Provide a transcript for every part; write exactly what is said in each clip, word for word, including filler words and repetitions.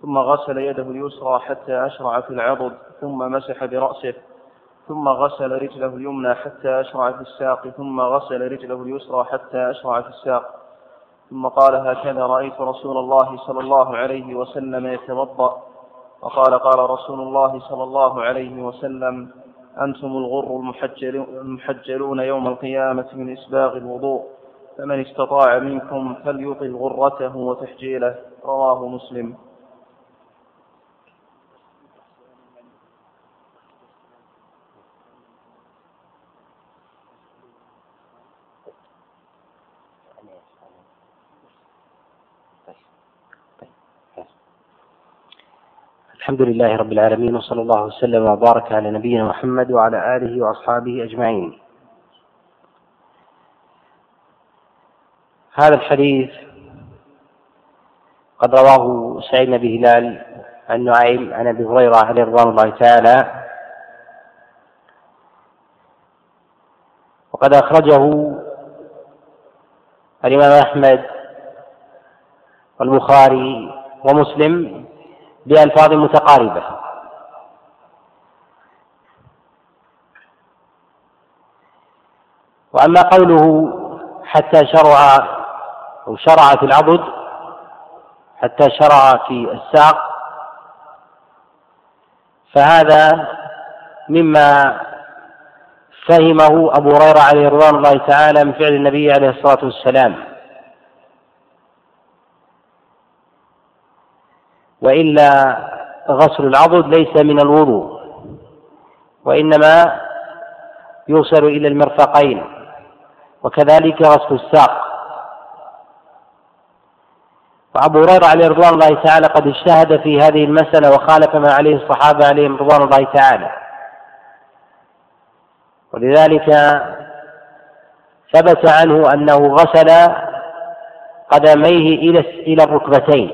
ثم غسل يده اليسرى حتى أشرع في العضد ثم مسح برأسه، ثم غسل رجله اليمنى حتى أشرع في الساق، ثم غسل رجله اليسرى حتى أشرع في الساق، ثم قال: هكذا رأيت رسول الله صلى الله عليه وسلم يتوضأ. وقال: قال رسول الله صلى الله عليه وسلم: أنتم الغر المحجلون يوم القيامة من إسباغ الوضوء، فمن استطاع منكم فليطل غرته وتحجيله. رواه مسلم. الحمد لله رب العالمين، وصلى الله وسلم وبارك على نبينا محمد وعلى آله وأصحابه أجمعين. هذا الحديث قد رواه سعيد بن هلال عن نعيم عن أبي هريرة عليه رضوان الله تعالى، وقد أخرجه الإمام أحمد والبخاري ومسلم بألفاظ متقاربة. وأما قوله حتى شرع أو شرع في العضد حتى شرع في الساق، فهذا مما فهمه أبو هريرة عليه رضوان الله تعالى من فعل النبي عليه الصلاة والسلام، وإلا غسل العضد ليس من الوضوء، وإنما يوصل إلى المرفقين، وكذلك غسل الساق. وأبو هريرة عليه رضوان الله تعالى قد اجتهد في هذه المسألة وخالف ما عليه الصحابة عليهم رضوان الله تعالى، ولذلك ثبت عنه أنه غسل قدميه إلى الركبتين،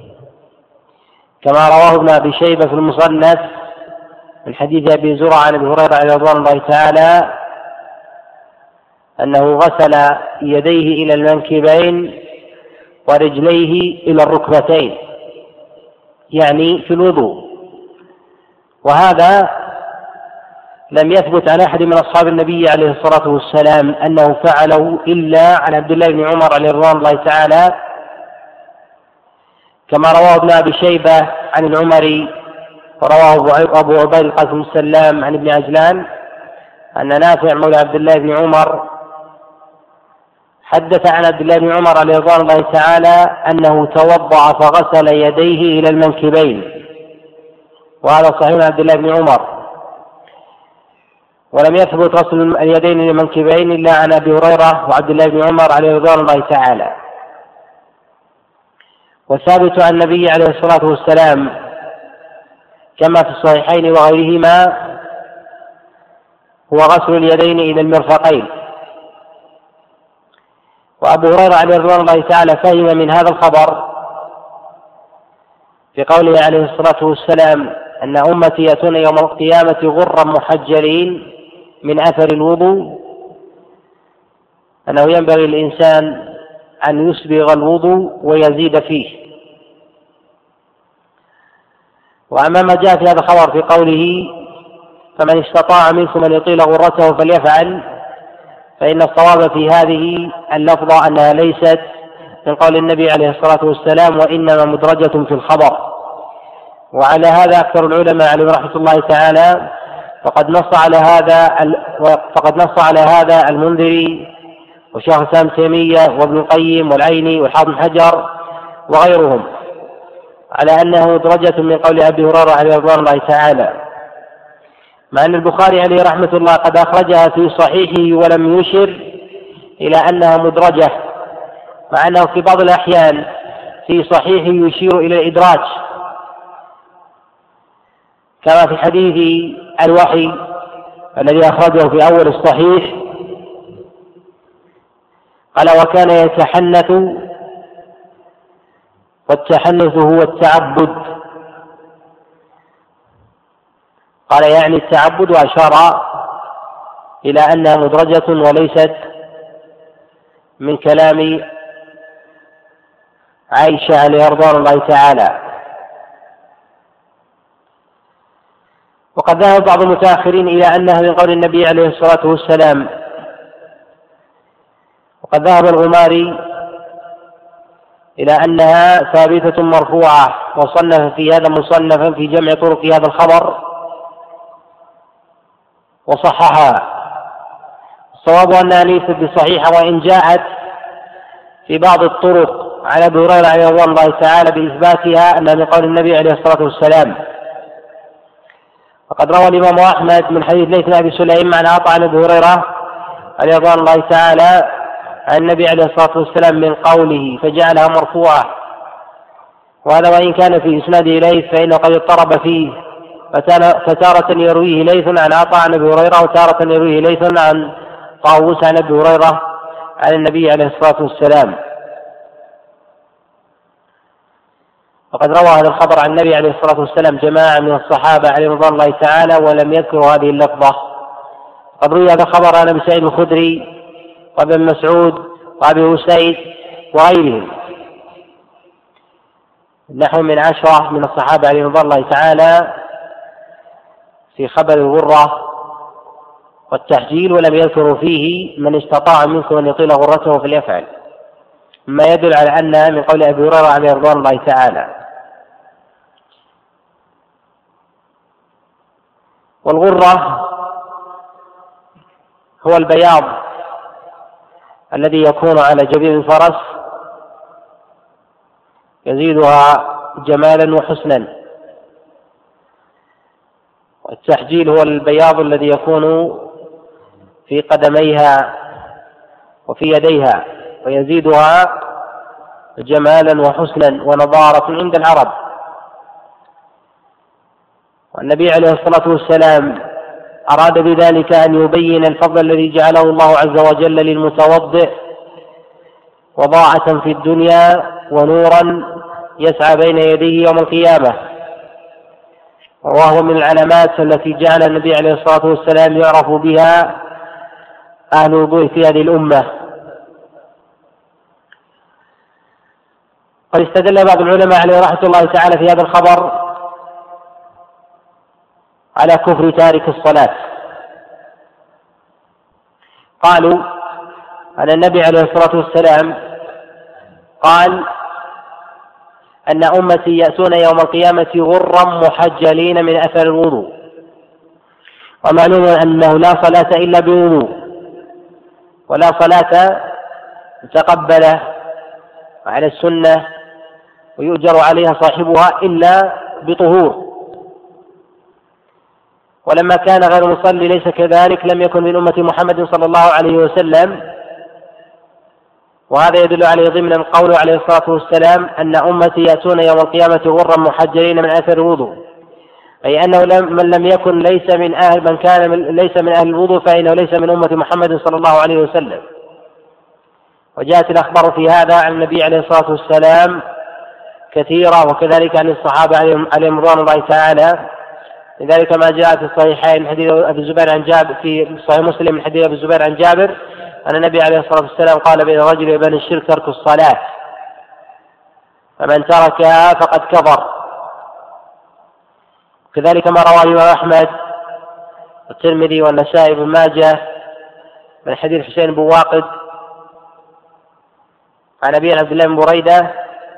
كما رواه ابن أبي شيبة في المصنف من حديث أبي زرعة عن أبي هريرة عليه رضوان الله تعالى أنه غسل يديه إلى المنكبين ورجليه إلى الركبتين، يعني في الوضوء. وهذا لم يثبت عن أحد من أصحاب النبي عليه الصلاة والسلام أنه فعله إلا عن عبد الله بن عمر عليه رضوان الله تعالى، كما رواه ابن أبي شيبة عن العمري، ورواه أبو عبيد القاسم السلام عن ابن عجلان أن نافع مولى عبد الله بن عمر حدث عن عبد الله بن عمر عليه رضوان الله تعالى أنه توضأ فغسل يديه إلى المنكبين، وهذا صحيح عن عبد الله بن عمر. ولم يثبت غسل اليدين إلى المنكبين إلا عن أبي هريرة وعبد الله بن عمر عليه رضوان الله تعالى. وثابت عن النبي عليه الصلاة والسلام كما في الصحيحين وغيرهما هو غسل اليدين إلى المرفقين. وأبو هريرة عليه رضوان الله تعالى فهم من هذا الخبر في قوله عليه الصلاة والسلام أن أمتي يأتون يوم القيامة غرا محجلين من أثر الوضوء، أنه ينبغي للإنسان أن يسبغ الوضوء ويزيد فيه. وأما ما جاء في هذا الخبر في قوله فمن استطاع منكم أن يطيل غرته فليفعل، فإن الصواب في هذه اللفظة أنها ليست من قول النبي عليه الصلاة والسلام، وإنما مدرجة في الخبر. وعلى هذا أكثر العلماء عليهم رحمة الله تعالى فقد نص على هذا فقد نص على هذا المنذري وشيخ الإسلام تيمية وابن القيم والعيني والحافظ بن حجر وغيرهم على أنه مدرجة من قول أبي هريرة عليه رضوان الله تعالى، مع أن البخاري عليه رحمة الله قد أخرجها في صحيحه ولم يشر إلى أنها مدرجة، مع أنه في بعض الأحيان في صحيحه يشير إلى الإدراج، كما في حديث الوحي الذي أخرجه في أول الصحيح قال وكان يتحنث، والتحنث هو التعبد، قال يعني التعبد، وأشار إلى أنها مدرجة وليست من كلام عائشة عليه رضوان الله تعالى. وقد ذهب بعض المتأخرين إلى أنها من قول النبي عليه الصلاة والسلام، وقد ذهب الغماري إلى أنها ثابتة مرفوعة، وصنف في هذا مصنفا في جمع طرق هذا الخبر وصححها. الصواب أنها ليست بصحيحة، وإن جاءت في بعض الطرق عن أبي هريرة رضي الله تعالى بإثباتها أنها من قول النبي عليه الصلاة والسلام. وقد روى الإمام أحمد من حديث ليث بن أبي سليم عن عطاء عن أبي هريرة رضي الله تعالى عن النبي عليه الصلاة والسلام من قوله فجعلها مرفوعة، وهذا وإن كان في إسناده ليث فإنه قد اضطرب فيه، فتارة يرويه ليث عن عطاء عن أبي هريرة، وتارة يرويه ليث عن طاووس عن أبي هريرة عن النبي عليه الصلاة والسلام. وقد روى هذا الخبر عن النبي عليه الصلاة والسلام جماعة من الصحابة عليهم رضوان الله تعالى ولم يذكروا هذه اللفظة. قد روي هذا الخبر عن أبي سعيد الخدري وابن مسعود وأبي أسيد وغيرهم، نحو من عشرة من الصحابة عليهم رضوان الله تعالى في خبر الغرة والتحجيل، ولم يذكروا فيه من استطاع منكم أن يطيل غرته فليفعل، مما يدل على أنها من قول أبي هريرة عليه رضوان الله تعالى. والغرة هو البياض الذي يكون على جبين الفرس يزيدها جمالا وحسنا، والتحجيل هو البياض الذي يكون في قدميها وفي يديها ويزيدها جمالا وحسنا ونضارة عند العرب. والنبي عليه الصلاة والسلام أراد بذلك أن يبين الفضل الذي جعله الله عز وجل للمتوضئ وضاعة في الدنيا ونورا يسعى بين يديه يوم القيامة، وهو من العلامات التي جعل النبي عليه الصلاة والسلام يعرف بها أهل الوضوء في هذه الأمة. قد استدل بعض العلماء عليه رحمة الله تعالى في هذا الخبر على كفر تارك الصلاة. قالوا أن النبي عليه الصلاة والسلام قال أن أمتي يأتون يوم القيامة غرا محجلين من أثر الوضوء، ومعلوم أنه لا صلاة إلا بوضوء، ولا صلاة متقبلة على السنة ويؤجر عليها صاحبها إلا بطهور. ولما كان غير المصلي ليس كذلك لم يكن من أمة محمد صلى الله عليه وسلم، وهذا يدل عليه ضمن قوله عليه الصلاة والسلام أن أمتي يأتون يوم القيامة غرا محجلين من أثر الوضوء، أي أنه من لم يكن ليس من أهل من كان من ليس من أهل الوضوء فإنه ليس من أمة محمد صلى الله عليه وسلم. وجاءت الأخبار في هذا عن النبي عليه الصلاة والسلام كثيرة، وكذلك عن الصحابة عليهم رضوان الله تعالى، لذلك ما جاء في الصحيحين حديث أبي الزبير عن جابر في صحيح مسلم من حديث أبي الزبير عن جابر أن النبي عليه الصلاة والسلام قال بين الرجل وبين الشرك ترك الصلاة، فمن تركها فقد كفر. كذلك ما رواه الإمام أحمد والترمذي والنسائي بن ماجه من حديث حسين بن واقد عن أبي عبد الله بن بريدة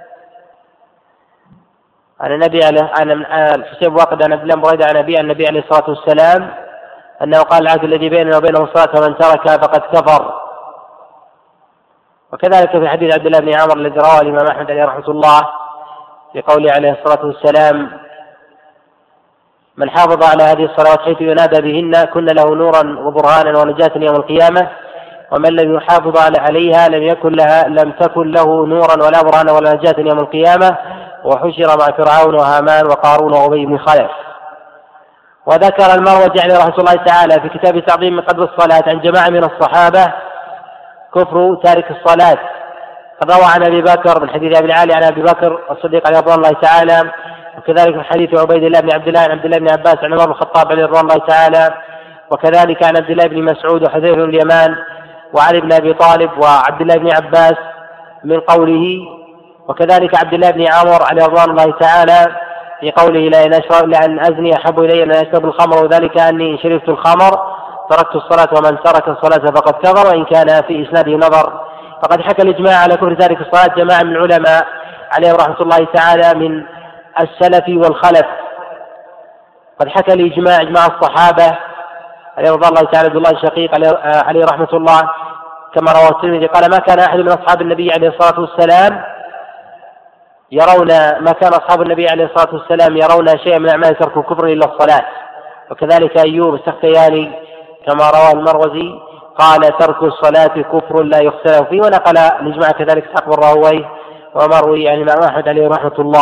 عن النبي عليه عن الحسين بن واقد عن عبد الله بن بريدة عن أبي النبي عليه الصلاة والسلام أنه قال العهد الذي بيننا وبينه الصلاة فمن تركها فقد كفر. وكذلك في حديث عبد الله بن عمر الذي رواه الإمام أحمد عليه رحمة الله في قوله عليه الصلاة والسلام من حافظ على هذه الصلوات حيث ينادى بهن كن له نورا وبرهانا ونجاة يوم القيامة، ومن لم يحافظ عليها لم يكن لها لم تكن له نورا ولا برهانا ولا نجاة يوم القيامة، وحشر مع فرعون وهامان وقارون وأبي بن خلف. وذكر المروزي عليه رحمة الله تعالى في كتاب تعظيم من قدر الصلاة عن جماعة من الصحابة كفر تارك الصلاة. قد روى عن أبي بكر من حديث أبي العالي عن أبي بكر الصديق عليه رضوان الله تعالى، وكذلك من حديث عبيد الله بن عبد الله عن عبد الله بن عباس عن عمر بن الخطاب عليه رضوان الله تعالى، وكذلك عن عبد الله بن مسعود وحذيفة بن اليمان وعلي بن أبي طالب وعبد الله بن عباس من قوله، وكذلك عبد الله بن عمر عليه رضوان الله تعالى في قوله لأن أشرب لأن أزني أحب إلي أن أشرب الخمر وذلك أني إن شربت الخمر تركت الصلاة ومن ترك الصلاة فقد كفر، وإن كان في إسناده نظر. فقد حكى الإجماع على كفر تارك الصلاة جماعة من العلماء عليهم رحمة الله تعالى من السلف والخلف. قد حكى الإجماع إجماع الصحابة عليه رضي الله تعالى عبد الله الشقيق عليه رحمة الله كما رواه الترمذي قال ما كان أحد من أصحاب النبي عليه الصلاة والسلام يرون ما كان أصحاب النبي عليه الصلاة والسلام يرون شيئا من أعمال ترك الكفر إلا الصلاة. وكذلك أيوب السختياني كما رواه المروزي قال ترك الصلاة كفر لا يختلف فيه. ونقل الإجماع كذلك إسحاق بن راهويه ومروي يعني الإمام أحمد عليه رحمة الله.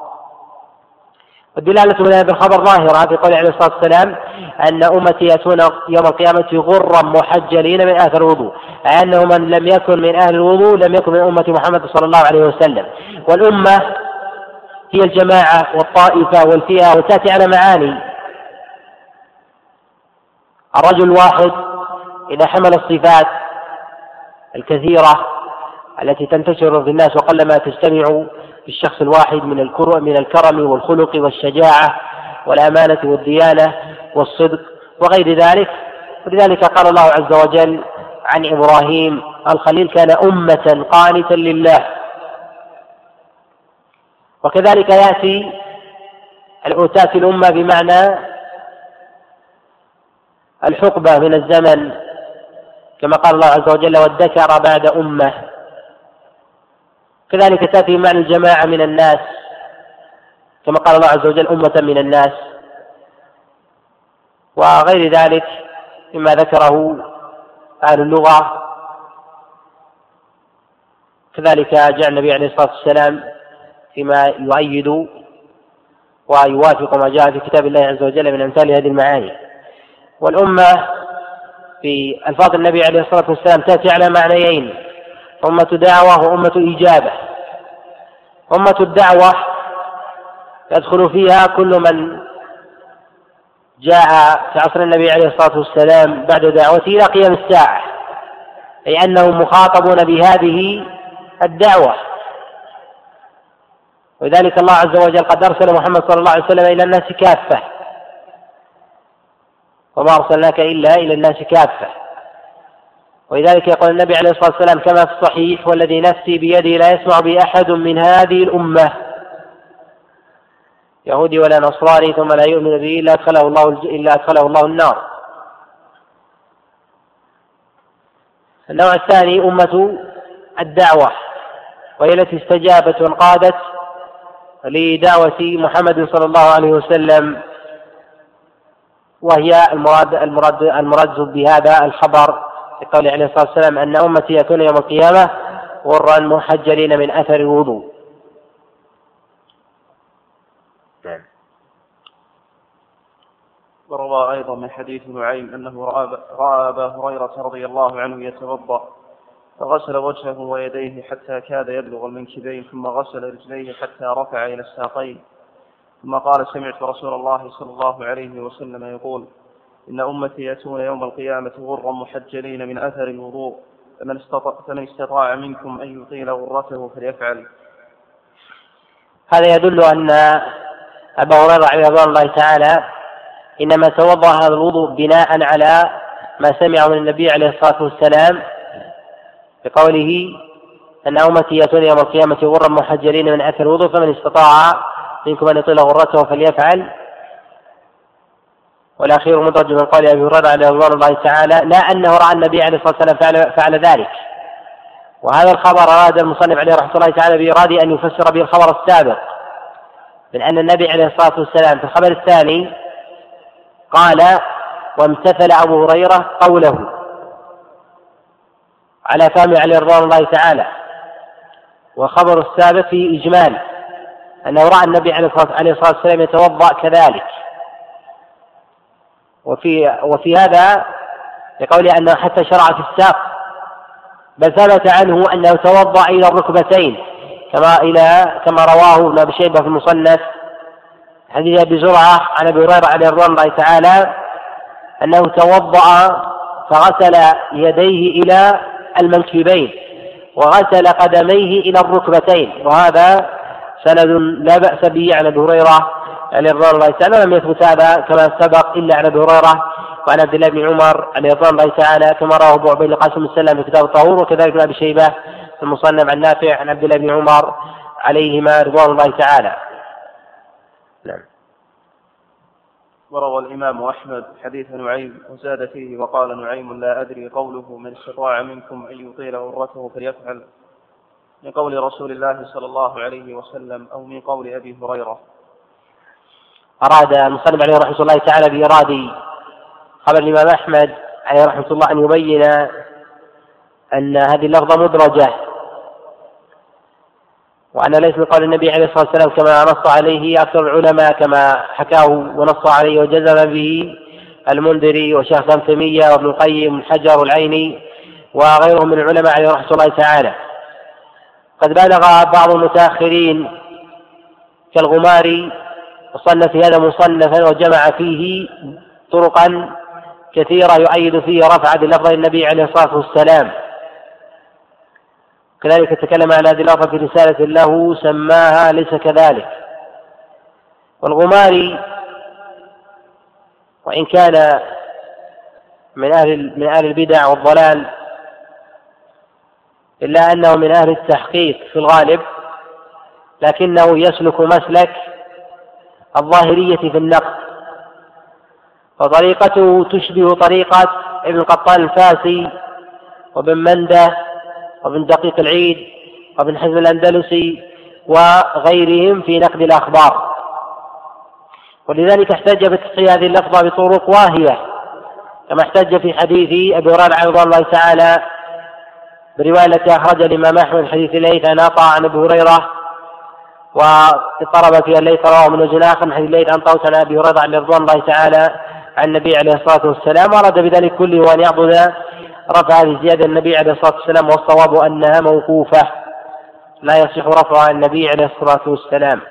والدلالة من هذا الخبر ظاهرة في قوله عليه الصلاة والسلام أن أمتي يأتون يوم القيامة غرا محجلين من آثار الوضوء، أنه من لم يكن من أهل الوضوء لم يكن من أمة محمد صلى الله عليه وسلم. والأمة هي الجماعة والطائفة والفئة، وتأتي على معاني. الرجل الواحد إذا حمل الصفات الكثيرة التي تنتشر في الناس وقلما تجتمع في الشخص الواحد من من الكرم والخلق والشجاعة والأمانة والديانة والصدق وغير ذلك. ولذلك قال الله عز وجل عن إبراهيم الخليل كان أمة قانتا لله. وكذلك يأتي تأتي الأمة بمعنى الحقبة من الزمن كما قال الله عز وجل وادكر بعد أمة. كذلك تأتي معنى الجماعة من الناس كما قال الله عز وجل أمة من الناس وغير ذلك مما ذكره أهل اللغة. كذلك جاء النبي عليه الصلاة والسلام فيما يؤيد ويوافق ما جاء في كتاب الله عز وجل من أمثال هذه المعاني. والأمة في ألفاظ النبي عليه الصلاة والسلام تأتي على معنيين: أمة دعوة وأمة إجابة. أمة الدعوة يدخل فيها كل من جاء في عصر النبي عليه الصلاة والسلام بعد دعوته إلى قيام الساعة، أي أنهم مخاطبون بهذه الدعوة. ولذلك الله عز وجل قد أرسل محمد صلى الله عليه وسلم إلى الناس كافة، وما أرسلناك إلا إلى الناس كافة. ولذلك يقول النبي عليه الصلاة والسلام كما في الصحيح والذي نفسي بيده لا يسمع بي أحد من هذه الأمة يهودي ولا نصراني ثم لا يؤمن به إلا أدخله الله إلا أدخله الله النار. النوع الثاني أمة الدعوة، وهي التي استجابت وانقادت لدعوة محمد صلى الله عليه وسلم، وهي المراد المراد المراد بهذا الخبر لقول عليه الصلاة والسلام أن أمتي يكون يوم القيامة غرا محجلين من أثر الوضوء. وروى أيضا من حديث نعيم أنه رأى أبا هريرة رضي الله عنه يتوضأ فغسل وجهه ويديه حتى كاد يبلغ المنكبين ثم غسل رجليه حتى رفع إلى الساقين ثم قال سمعت رسول الله صلى الله عليه وسلم يقول إن أمتي يأتون يوم القيامة غرا محجلين من أثر الوضوء فمن استطاع, فمن استطاع منكم أن يطيل غرته فليفعل. هذا يدل أن أبا هريرة رضي الله تعالى إنما توضأ هذا الوضوء بناء على ما سمع من النبي عليه الصلاة والسلام بقوله أن أمتي يأتون يوم القيامة غرا محجلين من أثر الوضوء فمن استطاع منكم أن يطيل غرته فليفعل. والأخير مدرج من قول أبي هريرة عليه رضوان الله تعالى لا أنه رأى النبي عليه الصلاة والسلام فعل, فعل ذلك. وهذا الخبر أراد المصنف عليه رحمة الله تعالى بإراد أن يفسر به الخبر السابق من أن النبي عليه الصلاة والسلام في الخبر الثاني قال وامتثل أبو هريرة قوله على فهم عليه رضوان الله تعالى، وخبر السابق في إجمال أنه رأى النبي عليه الصلاة والسلام يتوضأ كذلك. وفي, وفي هذا يقول أنه حتى شرع في الساق، بل ثبت عنه أنه توضأ إلى الركبتين كما إلى كما رواه ابن أبي شيبة في المصنف حديث أبي زرعة عن أبي هريرة عليه رضوان الله تعالى أنه توضأ فغسل يديه إلى المنكبين وغسل قدميه إلى الركبتين، وهذا سند لا بأس به عن أبي هريرة عليه رضوان الله تعالى لم يثبت هذا كما سبق إلا عن أبي هريرة وعن عبد الله بن عمر عليه رضوان الله تعالى كما رواه أبو عبيد القاسم السلام في كتاب الطهور، وكذلك ابن أبي شيبة في المصنف عن نافع عن عبد الله بن عمر عليهما رضوان الله تعالى. نعم. وروى الإمام أحمد حديث نعيم وزاد فيه وقال نعيم لا أدري قوله من استطاع منكم أن يطيل غرته فليفعل من قول رسول الله صلى الله عليه وسلم أو من قول أبي هريرة. أراد المصنف عليه رحمة الله تعالى بإرادة خبر الإمام أحمد عليه رحمة الله أن يبين أن هذه اللفظة مدرجة، وأن ليس من قول النبي عليه الصلاة والسلام كما نص عليه أكثر العلماء كما حكاه ونص عليه وجزم به المنذري وشيخ ابن تيمية وابن القيم والحجر والعيني وغيرهم من العلماء عليه رحمة الله تعالى. قد بلغ بعض المتأخرين كالغماري وصنف هذا مصنفا وجمع فيه طرقا كثيرة يؤيد فيه رفع هذه اللفظة للنبي عليه الصلاة والسلام. كذلك تكلم عن هذه اللفظة في رسالة له سماها ليس كذلك. والغماري وإن كان من أهل من أهل البدع والضلال إلا أنه من أهل التحقيق في الغالب، لكنه يسلك مسلك الظاهرية في النقد، وطريقته تشبه طريقة ابن قطان الفاسي وابن منده وابن دقيق العيد وابن حزم الأندلسي وغيرهم في نقد الأخبار. ولذلك احتج بتصحيح هذه اللفظة بطرق واهية، كما احتج في حديث أبي هريرة رضي الله تعالى برواية التي أخرج الإمام أحمد حديث الليث عن عطاء عن أبي هريرة واضطرب فيها الليث رواه من وجه آخر من حديث الليث عن طاووس عن أبي هريرة عن رضوان الله تعالى عن النبي عليه الصلاة والسلام، وأراد بذلك كله أن يعضد رفع هذه الزيادة النبي عليه الصلاة والسلام، والصواب أنها موقوفة لا يصح رفعها النبي عليه الصلاة والسلام.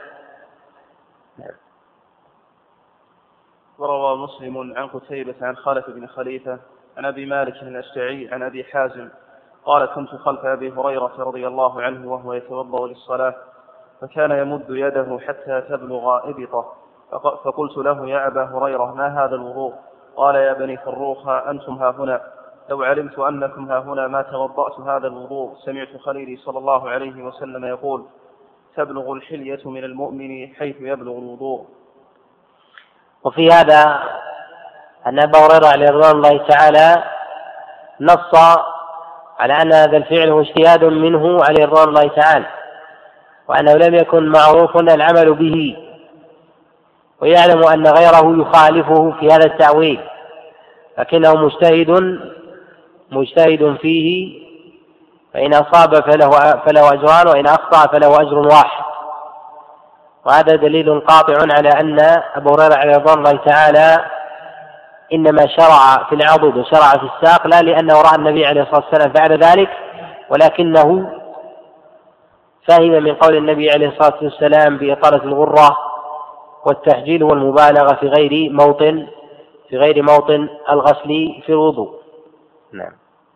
وروى مسلم عن قتيبة عن خالد بن خليفة عن أبي مالك الأشجعي عن أبي حازم قال كنت خلف أبي هريرة رضي الله عنه وهو يتوضأ للصلاة فكان يمد يده حتى تبلغ إبطه، فقلت له يا أبا هريرة ما هذا الوضوء؟ قال يا بني فروخ أنتم ها هنا، لو علمت أنكم ها هنا ما توضأت هذا الوضوء. سمعت خليلي صلى الله عليه وسلم يقول تبلغ الحلية من المؤمن حيث يبلغ الوضوء. وفي هذا أن أبا هريرة عليه رضوان الله تعالى نص على أن هذا الفعل هو اجتهاد منه عليه رضوان الله تعالى، وأنه لم يكن معروفا العمل به، ويعلم أن غيره يخالفه في هذا التأويل، لكنه مجتهد مجتهد فيه، فإن أصاب فله, فله أجران وإن أخطأ فله أجر واحد. وهذا دليل قاطع على أن أبو هريرة عليه رضوان الله تعالى إنما شرع في العضد وشرع في الساق لا لأنه رأى النبي عليه الصلاة والسلام فعل ذلك، ولكنه فهم من قول النبي عليه الصلاة والسلام بإطالة الغرة والتحجيل والمبالغة في غير موطن في غير موطن الغسل في الوضوء. نعم.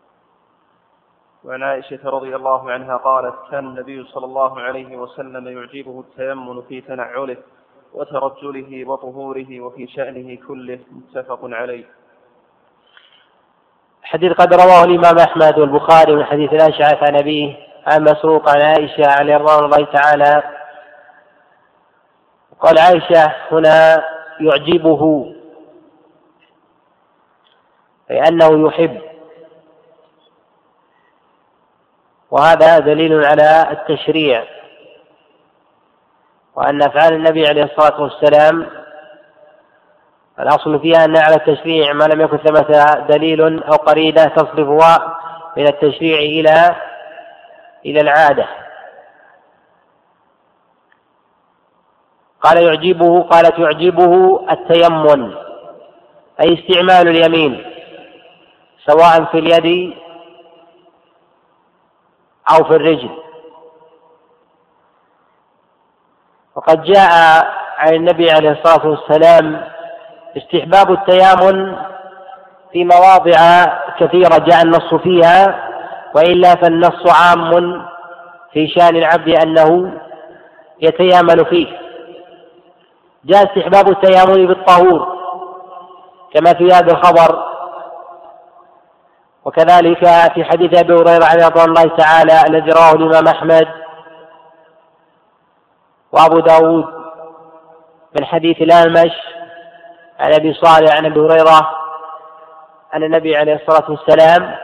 وعن عائشة رضي الله عنها قالت كان النبي صلى الله عليه وسلم يعجبه التيمم في تنعله وترجله وطهوره وفي شأنه كله، متفق عليه. حديث قد رواه الإمام أحمد والبخاري من حديث الأشعث عن أبيه عن مسروق عن عائشة عليه رضوان الله تعالى قال عائشة هنا يعجبه لأنه يحب، وهذا دليل على التشريع، وأن أفعال النبي عليه الصلاة والسلام الأصل فيها أن على التشريع ما لم يكن ثمة دليل أو قرينة تصرفها من التشريع إلى إلى العادة. قال يعجبه قالت يعجبه التيمم أي استعمال اليمين سواء في اليد أو في الرجل. وقد جاء عن النبي عليه الصلاة والسلام استحباب التيامن في مواضع كثيرة جاء النص فيها، وإلا فالنص عام في شأن العبد أنه يتيامن فيه. جاء استحباب التيامن بالطهور كما في هذا الخبر، وكذلك في حديث أبي هريرة عليه رضوان الله تعالى الذي رواه الإمام أحمد وأبو داود من حديث الأعمش عن أبي صالح عن أبي هريرة أن النبي عليه الصلاة والسلام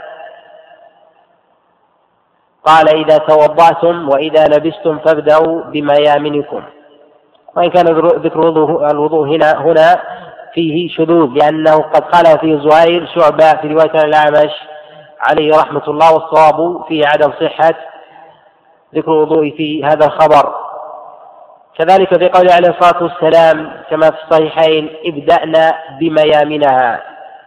قال: إذا توضأتم وإذا لبستم فابدأوا بميامنكم. وإن كان ذكر الوضوء هنا هنا فيه شذوذ، لأنه قد خالف فيه زهير شعبة في رواية الأعمش عليه رحمة الله، والصواب فيه عدم صحة ذكر الوضوء في هذا الخبر. كذلك في قوله عليه الصلاة والسلام كما في الصحيحين: ابدأنا بميامنها.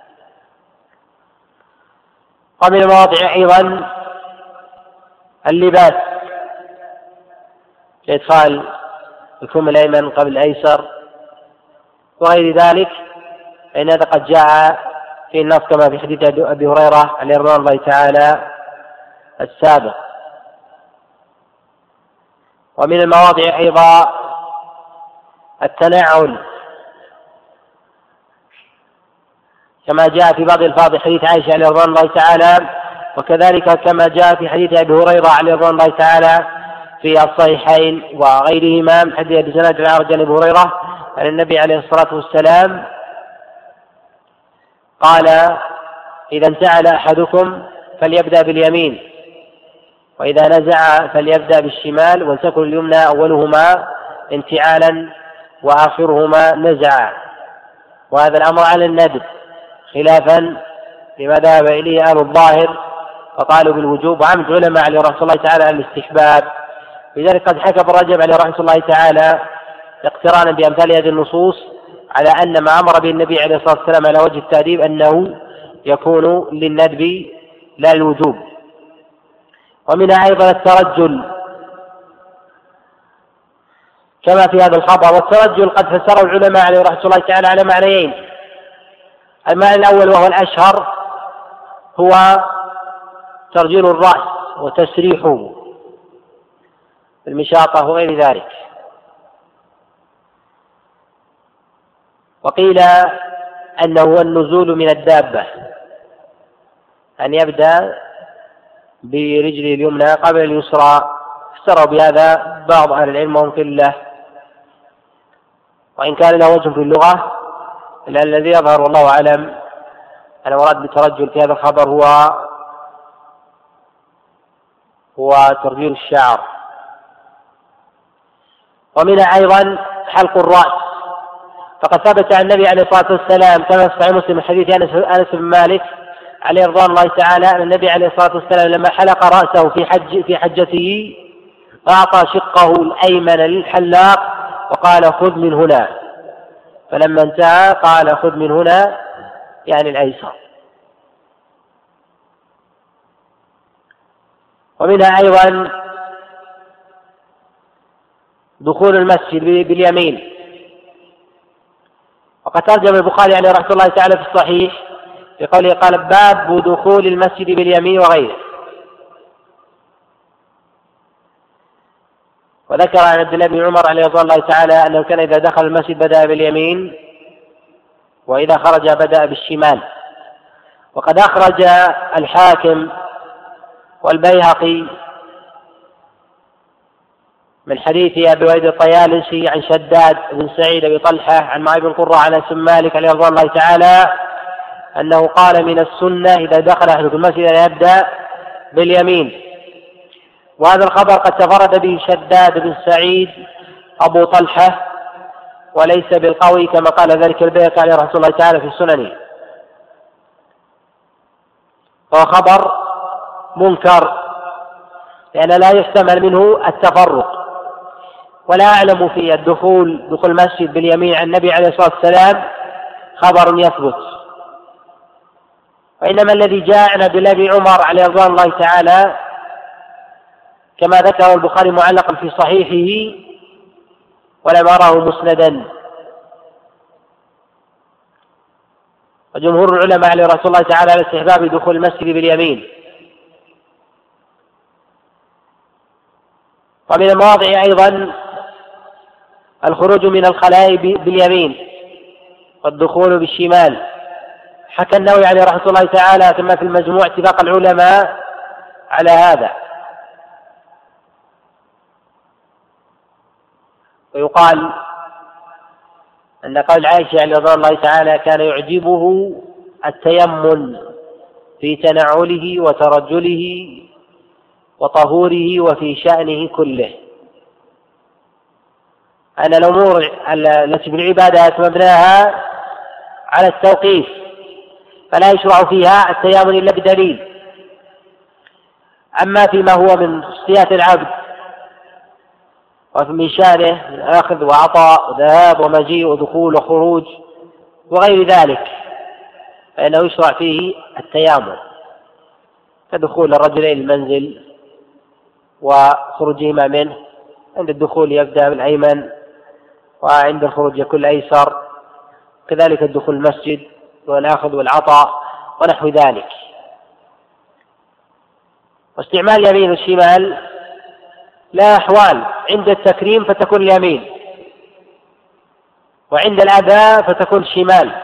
ومن المواضع أيضا اللباس كإدخال الكم الأيمن قبل الأيسر وغير ذلك، فإن هذا قد جاء في النص كما في حديث أبي هريرة عليه رضوان الله تعالى السابق. ومن المواضع أيضا التنعل كما جاء في بعض الفاظ حديث عائشة عليه رضوان الله تعالى، وكذلك كما جاء في حديث أبي هريرة عليه رضوان الله تعالى في الصحيحين وغيرهما من حديث أبي سناد الأعرج عن أبي هريرة عن النبي عليه الصلاة والسلام قال: إذا انتعل أحدكم فليبدأ باليمين، وإذا نزع فليبدأ بالشمال، ولتكن اليمنى أولهما انتعالا وآخرهما نزعا. وهذا الأمر على الندب خلافا لما ذهب إليه أهل الظاهر فقالوا بالوجوب، وعمد علماء عليه رحمة الله تعالى على الاستحباب. لذلك قد حكى ابن رجب عليه رحمة الله تعالى اقترانا بأمثال هذه النصوص على أن ما أمر به النبي عليه الصلاة والسلام على وجه التأديب أنه يكون للندب لا للوجوب. ومنها أيضا الترجل كما في هذا الخبر. والترجل قد فسره العلماء عليه رحمة الله تعالى على معنيين: المعنى الأول وهو الأشهر هو ترجيل الرأس وتسريحه بالمشاطة وغير ذلك، وقيل أنه هو النزول من الدابة، أن يبدأ برجله اليمنى قبل اليسرى. فسروا بهذا بعض أهل العلم وهم قلة، وإن كان له وجه في اللغة، إلا الذي يظهر والله أعلم أن المراد بالترجل في هذا الخبر هو هو ترجيل الشعر. ومنها أيضا حلق الرأس، فقد ثبت عن النبي عليه الصلاة والسلام كما في صحيح مسلم من حديث أنس بن مالك عليه رضوان الله تعالى أن النبي عليه الصلاة والسلام لما حلق رأسه في حج في حجته أعطى شقه الأيمن للحلاق وقال: خذ من هنا. فلما انتهى قال: خذ من هنا، يعني الأيسر. ومنها أيضا دخول المسجد باليمين، وقد ترجم البخاري عليه رحمة الله تعالى في الصحيح في قوله قال: باب دخول المسجد باليمين وغيره. وذكر عن عبد الله بن عمر عليه رضوان الله تعالى أنه كان إذا دخل المسجد بدأ باليمين، وإذا خرج بدأ بالشمال. وقد أخرج الحاكم والبيهقي من حديث أبي وائل الطيالسي عن شداد بن سعيد بن طلحة عن معاذ بن قرة عن أنس بن مالك عليه رضوان الله تعالى أنه قال: من السنة إذا دخل أحدكم المسجد أن يبدأ باليمين. وهذا الخبر قد تفرد به شداد بن سعيد أبو طلحة وليس بالقوي كما قال ذلك البيهقي عليه رحمة الله تعالى في سننه، وهو خبر منكر لأن لا يحتمل منه التفرق. ولا أعلم في الدخول دخول المسجد باليمين عن النبي عليه الصلاة والسلام خبر يثبت، وإنما الذي جاء عن عبد الله بن عمر عليه رضوان الله تعالى كما ذكر البخاري معلقا في صحيحه ولم أراه مسندا. وجمهور العلماء عليه رحمة الله تعالى على استحباب دخول المسجد باليمين. ومن المواضع أيضا الخروج من الخلاء باليمين والدخول بالشمال. حكى النووي عليه رحمة الله تعالى كما في المجموع اتفاق العلماء على هذا. ويقال أن قول عائشة رضي الله تعالى كان يعجبه التيمم في تنعله وترجله وطهوره وفي شأنه كله، أن الأمور التي بالعبادات مبناها على التوقيف فلا يشرع فيها التيامن إلا بدليل. أما فيما هو من خصوصيات العبد ومن شأنه من أخذ وعطاء وذهاب ومجيء ودخول وخروج وغير ذلك فإنه يشرع فيه التيامن، كدخول الرجلين المنزل وخروجهما منه، عند الدخول يبدأ بالأيمن وعند الخروج يكون الأيسر، كذلك الدخول المسجد والأخذ والعطاء ونحو ذلك. واستعمال اليمين والشمال لا أحوال، عند التكريم فتكون اليمين وعند الأذى فتكون الشمال.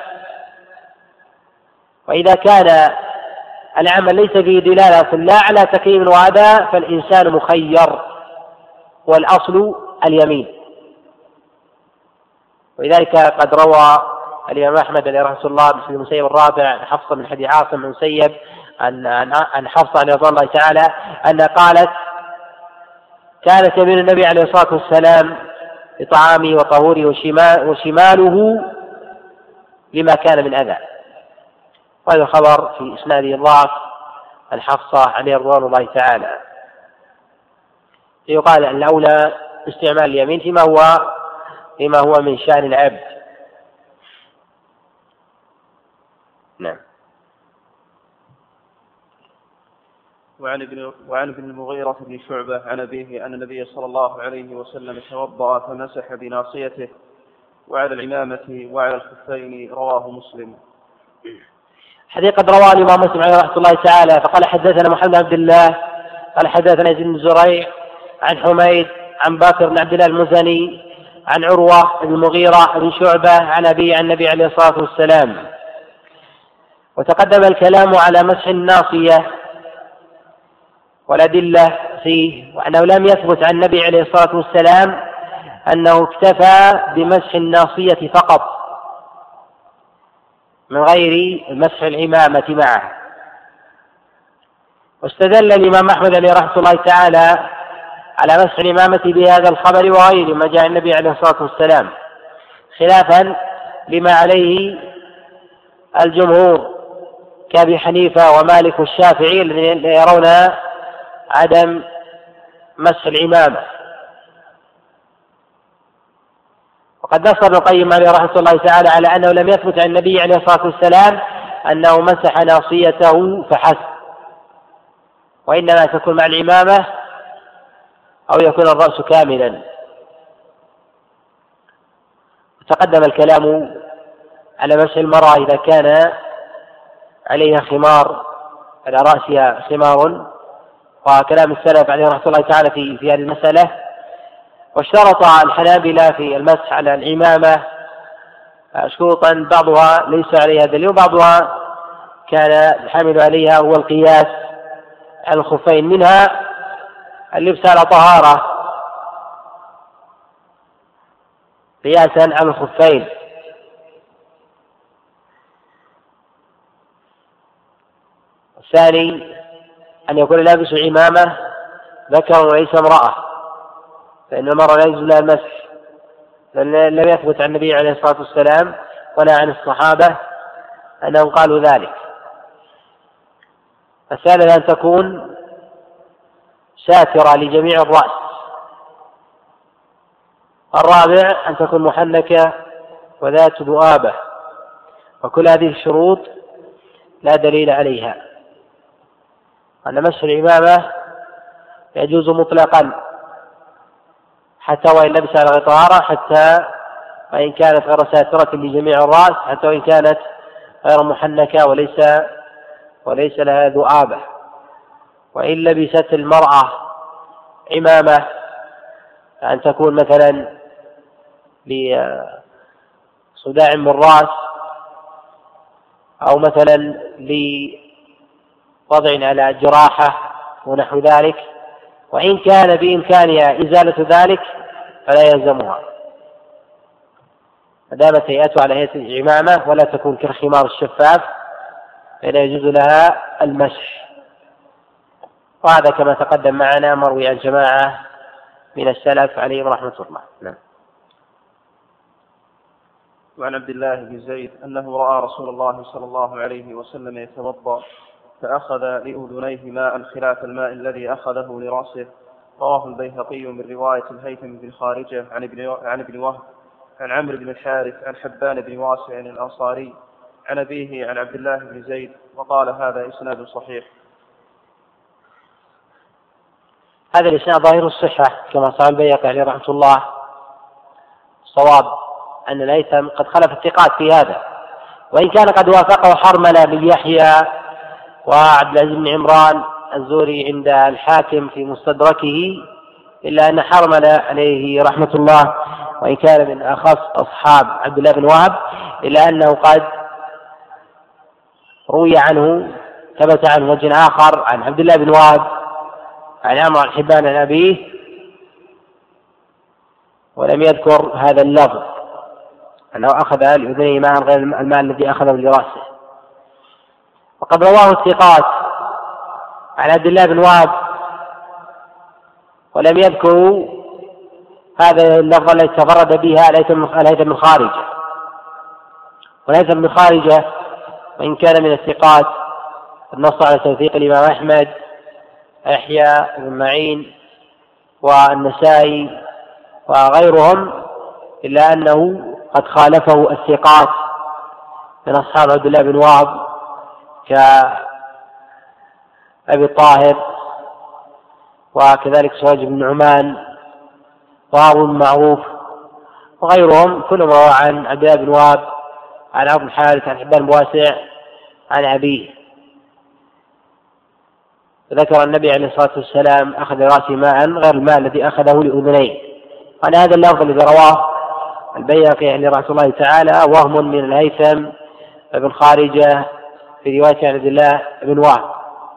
وإذا كان العمل ليس فيه دلالة لا على تكريم وأذى فالإنسان مخير والأصل اليمين. ولذلك قد روى الإمام أحمد رحمه الله بن المسيب الرابع عن حفصة من حديث عاصم بن مسيب عن حفصة رضي الله تعالى أن قالت كانت يمين النبي عليه الصلاة والسلام لطعامه وطهوره وشماله لما كان من أذى. وهذا الخبر في إسناده ضعف عن حفصة عليه رضوان الله تعالى. يقال أن الأولى استعمال اليمين فيما هو فيما هو من شأن العبد. نعم. وعن ابن وعن ابن المغيرة بن شعبة عن أبيه أن النبي صلى الله عليه وسلم توضأ فمسح بناصيته وعلى العمامة وعلى الخفين، رواه مسلم. حديث قد رواه الإمام مسلم عليه رحمة الله تعالى فقال حدثنا محمد بن عبد الله قال حدثنا يزيد بن زريع عن حميد عن بكر بن عبد الله المزني عن عروة بن المغيرة بن شعبة عن أبيه عن النبي عليه الصلاة والسلام. وتقدم الكلام على مسح الناصية والأدلة فيه، وأنه لم يثبت عن النبي عليه الصلاة والسلام أنه اكتفى بمسح الناصية فقط من غير مسح العمامة معه. واستدل الإمام أحمد عليه رحمة الله تعالى على مسح العمامة بهذا الخبر وغيره ما جاء النبي عليه الصلاة والسلام، خلافا لما عليه الجمهور كأبي حنيفة ومالك والشافعي الذين يرون عدم مسح العمامة. وقد نص ابن القيم عليه رحمة الله تعالى على أنه لم يثبت عن النبي عليه الصلاة والسلام أنه مسح ناصيته فحسب، وإنما تكون مع العمامة أو يكون الرأس كاملا. وتقدم الكلام على مسح المرأة إذا كان عليها خمار، على رأسها خمار، وكلام السلف عليه رحمة الله تعالى في في هذه المسألة. واشترط الحنابلة في المسح على العمامة شروطا بعضها ليس عليها دليل وبعضها كان الحامل عليها هو القياس على الخفين، منها اللبس على طهارة قياسا على الخفين. الثاني أن يكون لابس عمامة ذكر وليس امرأة، فإن المرأة لا يجوز لها المسح، لم يثبت عن النبي عليه الصلاة والسلام ولا عن الصحابة أنهم قالوا ذلك. الثالث أن تكون ساترة لجميع الرأس. الرابع أن تكون محنكة وذات ذؤابة. وكل هذه الشروط لا دليل عليها. أن مسح العمامة يجوز مطلقا حتى وإن لبس على غير طهارة، حتى وإن كانت غير ساترة لجميع الرأس، حتى وإن كانت غير محنكة وليس وليس لها ذؤابة. وإن لبست المرأة عمامة أن تكون مثلا لصداع بالرأس، أو مثلا لوضع على جراحة ونحو ذلك، وإن كان بإمكانها إزالة ذلك فلا يلزمها ما دامت هيئتها على هيئة العمامة ولا تكون كالخمار الشفاف، فلا يجوز لها المسح. وهذا كما تقدم معنا مروي عن جماعة من السلف عليهم رحمة الله. نعم. وعن عبد الله بن زيد أنه رأى رسول الله صلى الله عليه وسلم يتوضأ فأخذ لأذنيه ماء خلاف الماء الذي أخذه لرأسه. رواه البيهقي من رواية الهيثم بن خارجة عن ابن عن ابن وهب عن عمرو بن الحارث عن حبان بن واسع الأنصاري عن أبيه عن عبد الله بن زيد، وقال هذا إسناد صحيح. هذا الإسناد ظاهر الصحة كما صار البيهقي عليه رحمة الله. الصواب أن الهيثم قد خلف الثقات في هذا، وإن كان قد وافقه حرملة بن يحيى وعبد العزيز بن عمران الزهري عند الحاكم في مستدركه، إلا أن حرملة عليه رحمة الله وإن كان من أخص أصحاب عبد الله بن وهب، إلا أنه قد روي عنه ثبت عنه وجه آخر عن عبد الله بن وهب عن عمرو بن حبان عن أبيه، ولم يذكر هذا اللفظ أنه أخذ لأذنيه ماء غير الماء الذي أخذه لرأسه. وقد رواه الثقات عن عبد الله بن وهب ولم يذكروا هذا اللفظ الذي تفرد بها الهيثم بن خارجة. والهيثم بن خارجة وإن كان من الثقات النص على توثيق الإمام أحمد يحيى بن معين والنسائي وغيرهم، إلا أنه قد خالفه الثقات من أصحاب عبد الله بن وهب كأبي طاهر وكذلك سراج بن نعمان وأبو المعروف وغيرهم، كلهم روى عن عبد الله بن وهب عن عمرو بن الحارث عن حبان بن واسع عن أبيه. ذكر النبي عليه الصلاة والسلام أخذ رأسه ماء غير الماء الذي أخذه لأذنيه. وعن هذا اللفظ الذي رواه البيهقي عليه رحمة الله تعالى وهم من الهيثم بن خارجة في رواية عن عبد الله بن وهب.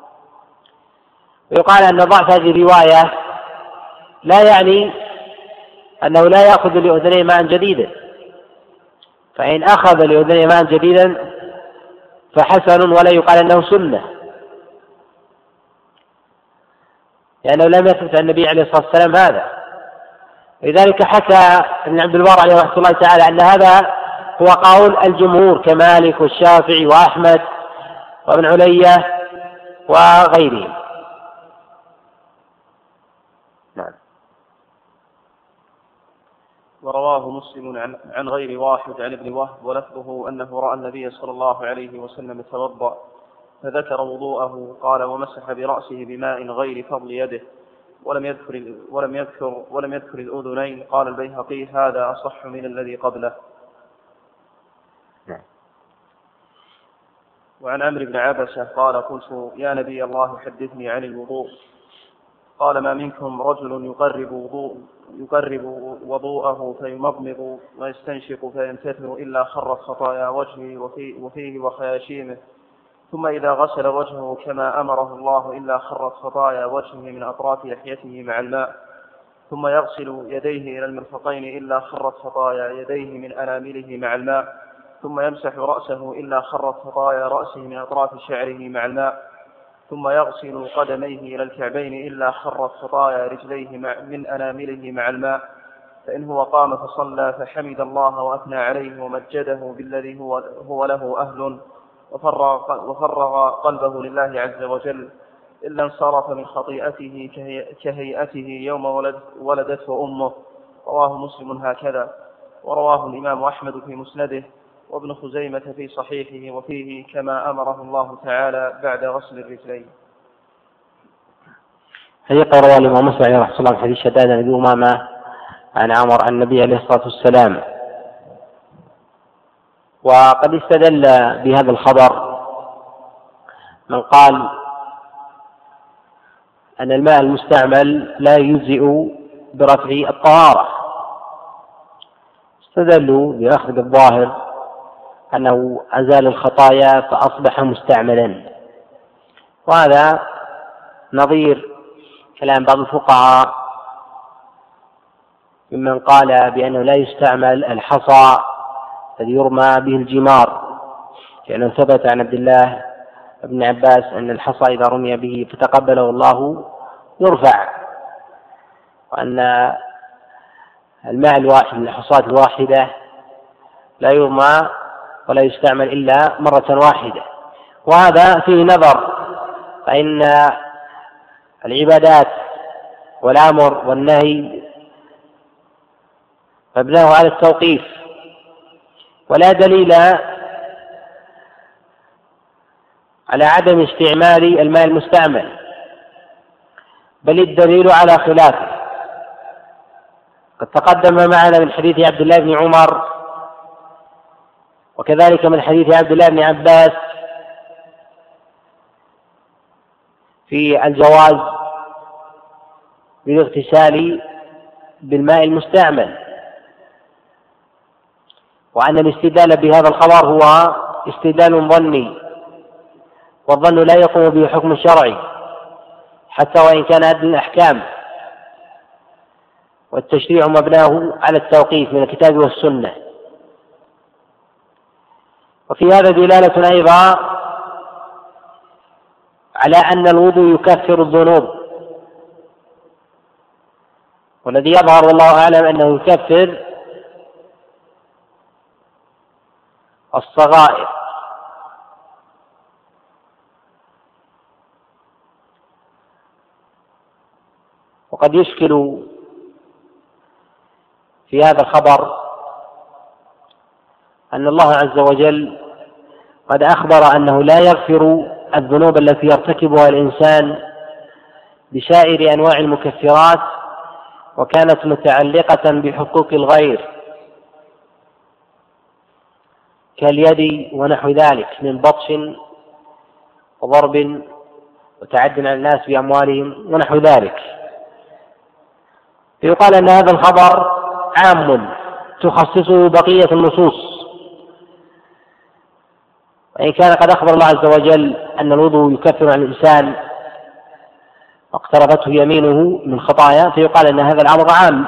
ويقال أن ضعف هذه الرواية لا يعني أنه لا يأخذ لأذنيه ماء جديدا، فإن أخذ لأذنيه ماء جديدا فحسن ولا يقال أنه سنة، لأنه لم يثبت عن النبي عليه الصلاة والسلام هذا. لذلك حكى ابن عبد البر عليه رحمة الله تعالى أن هذا هو قول الجمهور كمالك والشافعي وأحمد وابن علية وغيرهم. نعم. ورواه مسلم عن, عن غير واحد عن ابن وهب ولفظه أنه رأى النبي صلى الله عليه وسلم يتوضأ فذكر وضوءه قال ومسح برأسه بماء غير فضل يده ولم يذكر ولم يذكر ولم يذكر الأذنين. قال البيهقي هذا أصح من الذي قبله. وعن عمرو بن عبسة قال قلت يا نبي الله حدثني عن الوضوء. قال ما منكم رجل يقرب وضوء يقرب وضوءه فيمضمض ويستنشق فينتثر إلا خرت خطايا وجهه وفيه, وفيه وخياشيمه، ثم إذا غسل وجهه كما أمره الله إلا خرت خطايا وجهه من أطراف لحيته مع الماء، ثم يغسل يديه إلى المرفقين إلا خرت خطايا يديه من أنامله مع الماء، ثم يمسح رأسه إلا خرت خطايا رأسه من أطراف شعره مع الماء، ثم يغسل قدميه إلى الكعبين إلا خرت خطايا رجليه من أنامله مع الماء، فإن هو قام فصلى فحمد الله وأثنى عليه ومجده بالذي هو, هو له أهل وفرغ, وفرغ قلبه لله عز وجل إلا انصرف من خطيئته كهيئته يوم ولد ولدته أمه. رواه مسلم هكذا. ورواه الإمام أحمد في مسنده وابن خزيمة في صحيحه وفيه كما أمره الله تعالى بعد غسل الرجلين. هذه رواه الإمام مسلم عليه رحمه الله في حديث شداد عن أبي أمامة عن عمر عن النبي عليه الصلاة والسلام. وقد استدل بهذا الخبر من قال أن الماء المستعمل لا يجزئ برفع الطهارة، استدلوا بأخذ الظاهر أنه أزال الخطايا فأصبح مستعملا، وهذا نظير كلام بعض الفقهاء ممن قال بأنه لا يستعمل الحصى الذي يرمى به الجمار، لأنه ثبت عن عبد الله بن عباس أن الحصى إذا رمي به فتقبله الله يرفع، وأن الماء الواحد من الحصاة الواحدة لا يرمى ولا يستعمل إلا مرة واحدة. وهذا فيه نظر، فإن العبادات والأمر والنهي مبناه على التوقيف، ولا دليل على عدم استعمال الماء المستعمل، بل الدليل على خلافه. قد تقدم معنا من حديث عبد الله بن عمر، وكذلك من حديث عبد الله بن عباس في الجواز بالاغتسال بالماء المستعمل، وأن الاستدلال بهذا الخبر هو استدلال ظني، والظن لا يقوم به حكم شرعي حتى وإن كان أدنى الأحكام، والتشريع مبناه على التوقيف من الكتاب والسنة. وفي هذا دلالة أيضا على أن الوضوء يكفر الذنوب، والذي يظهر والله أعلم أنه يكفر الصغائر. وقد يشكل في هذا الخبر أن الله عز وجل قد أخبر أنه لا يغفر الذنوب التي يرتكبها الإنسان بسائر أنواع المكفرات، وكانت متعلقة بحقوق الغير كاليد ونحو ذلك من بطش وضرب وتعد على الناس بأموالهم ونحو ذلك. فيقال أن هذا الخبر عام تخصصه بقية النصوص، وإن كان قد أخبر الله عز وجل أن الوضوء يكفر عن الإنسان واقترفته يمينه من خطايا، فيقال أن هذا الأمر عام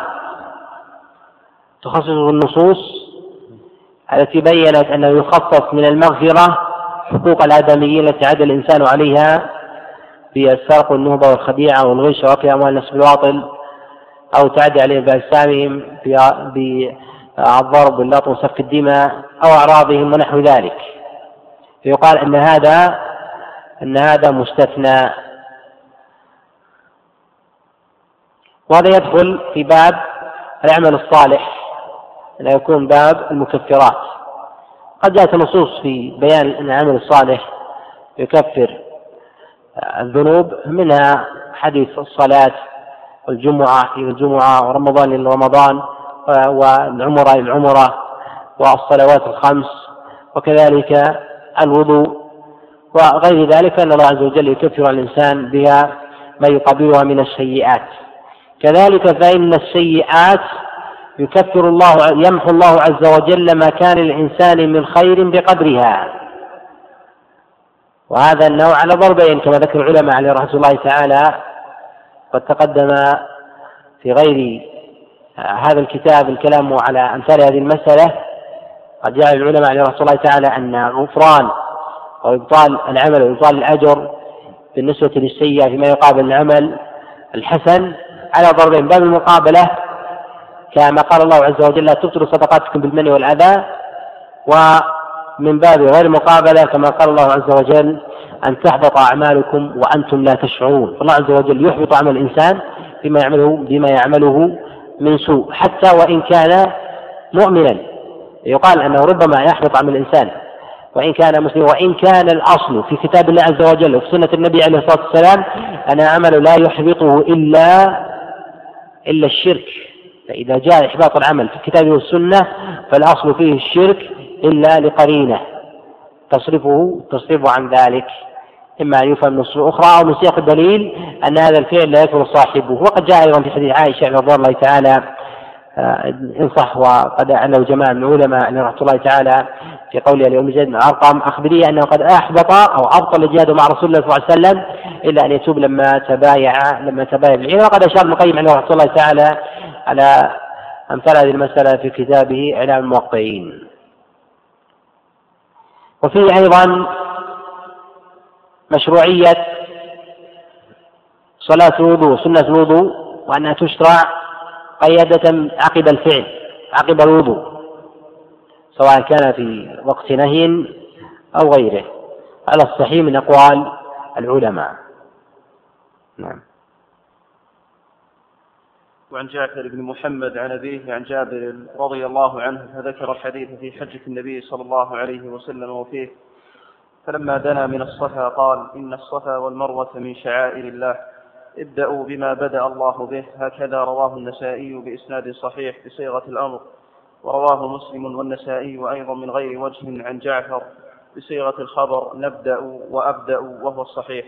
تخصصه النصوص التي بيّنت أنه يخصص من المغفرة حقوق الآدميين التي عاد الإنسان عليها بالسرقة والنهبة والخديعة والغش وأكل أموال الناس بالباطل، أو تعدي عليهم بأجسامهم بالضرب واللطم وسفك الدماء أو أعراضهم ونحو ذلك. فيقال أن هذا أن هذا مستثنى، وهذا يدخل في باب العمل الصالح، لا يكون باب المكفرات. قد جاءت نصوص في بيان أن العمل الصالح يكفر الذنوب، منها حديث الصلاة والجمعة إلى الجمعة ورمضان إلى رمضان والعمرة إلى العمرة والصلوات الخمس، وكذلك الوضوء وغير ذلك، أن الله عز وجل يكفر الإنسان بها ما يقابلها من السيئات. كذلك فإن السيئات يكفر الله يمحو الله عز وجل ما كان للإنسان من خير بقدرها، وهذا النوع على ضربين كما ذكر العلماء عليه رحمة الله تعالى. قد تقدم في غير هذا الكتاب الكلام على أمثال هذه المسألة. قد جاء العلماء عليه رحمة الله تعالى أن غفران وإبطال العمل وإبطال الأجر بالنسبة للسيئة فيما يقابل العمل الحسن على ضربين: باب المقابلة كما قال الله عز وجل لا تبطلوا صدقاتكم بالمن والأذى، ومن باب غير المقابلة كما قال الله عز وجل أن تحبط أعمالكم وأنتم لا تشعرون. فالله عز وجل يحبط عمل الإنسان بما يعمله بما يعمله من سوء حتى وإن كان مؤمنا. يقال أنه ربما يحبط عمل الإنسان وإن كان مسلما، وإن كان الأصل في كتاب الله عز وجل وفي سنة النبي عليه الصلاة والسلام أن عمل لا يحبطه إلا إلا الشرك. فإذا جاء إحباط العمل في الكتاب والسنة فالأصل فيه الشرك إلا لقرينة تصرفه تصرفه عن ذلك، إما أن يفهم نص أخرى أو من سياق الدليل أن هذا الفعل لا يكون صاحبه. وقد جاء أيضا في حديث عائشة رضي الله تعالى إن صح وقد أعله جماعة من العلماء أن رحمة الله تعالى في قوله لأم زيد بن أرقم أخبريه أنه قد أحبط أو أبطل جهاده مع رسول الله صلى الله عليه وسلم إلا أن يتوب لما تبايع لما تبايع بالعلم. وقد أشار ابن القيم عليه رحمة الله تعالى على أمثال هذه المسألة في كتابه إعلام الموقعين. وفيه أيضا مشروعية صلاة الوضوء سنة الوضوء وأنها تشرع قيادة عقب الفعل عقب الوضوء سواء كان في وقت نهي أو غيره على الصحيح من أقوال العلماء. نعم. وعن جعفر بن محمد عن أبيه عن جابر رضي الله عنه فذكر الحديث في حجة النبي صلى الله عليه وسلم وفيه فلما دنا من الصفا قال إن الصفا والمروة من شعائر الله ابدأوا بما بدأ الله به. هكذا رواه النسائي بإسناد صحيح بصيغة الأمر، ورواه مسلم والنسائي أيضا من غير وجه عن جعفر بصيغة الخبر نبدأ وأبدأ وهو الصحيح.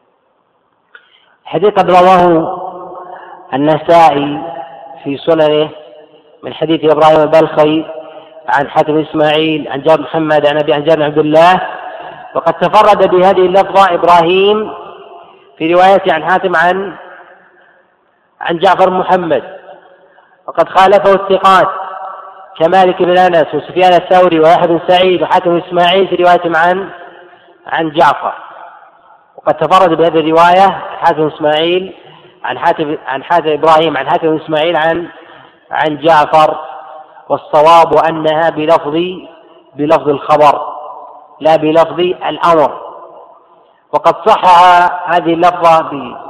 حديث قد رواه النسائي في سننه من حديث إبراهيم البلخي عن حاتم إسماعيل عن جابر محمد عن أبي عن جابر عبد الله، وقد تفرد بهذه اللفظة إبراهيم في روايته عن حاتم عن عن جعفر محمد، وقد خالفه الثقات كمالك بن أنس وسفيان الثوري ويحيى بن سعيد وحاتم إسماعيل في روايتهم عن عن جعفر. وقد تفرد بهذه الرواية حاتم إسماعيل عن حاتم عن حاتم إبراهيم عن حاتم إسماعيل عن عن جعفر، والصواب أنها بلفظ بلفظ الخبر لا بلفظ الأمر. وقد صحح هذه اللفظة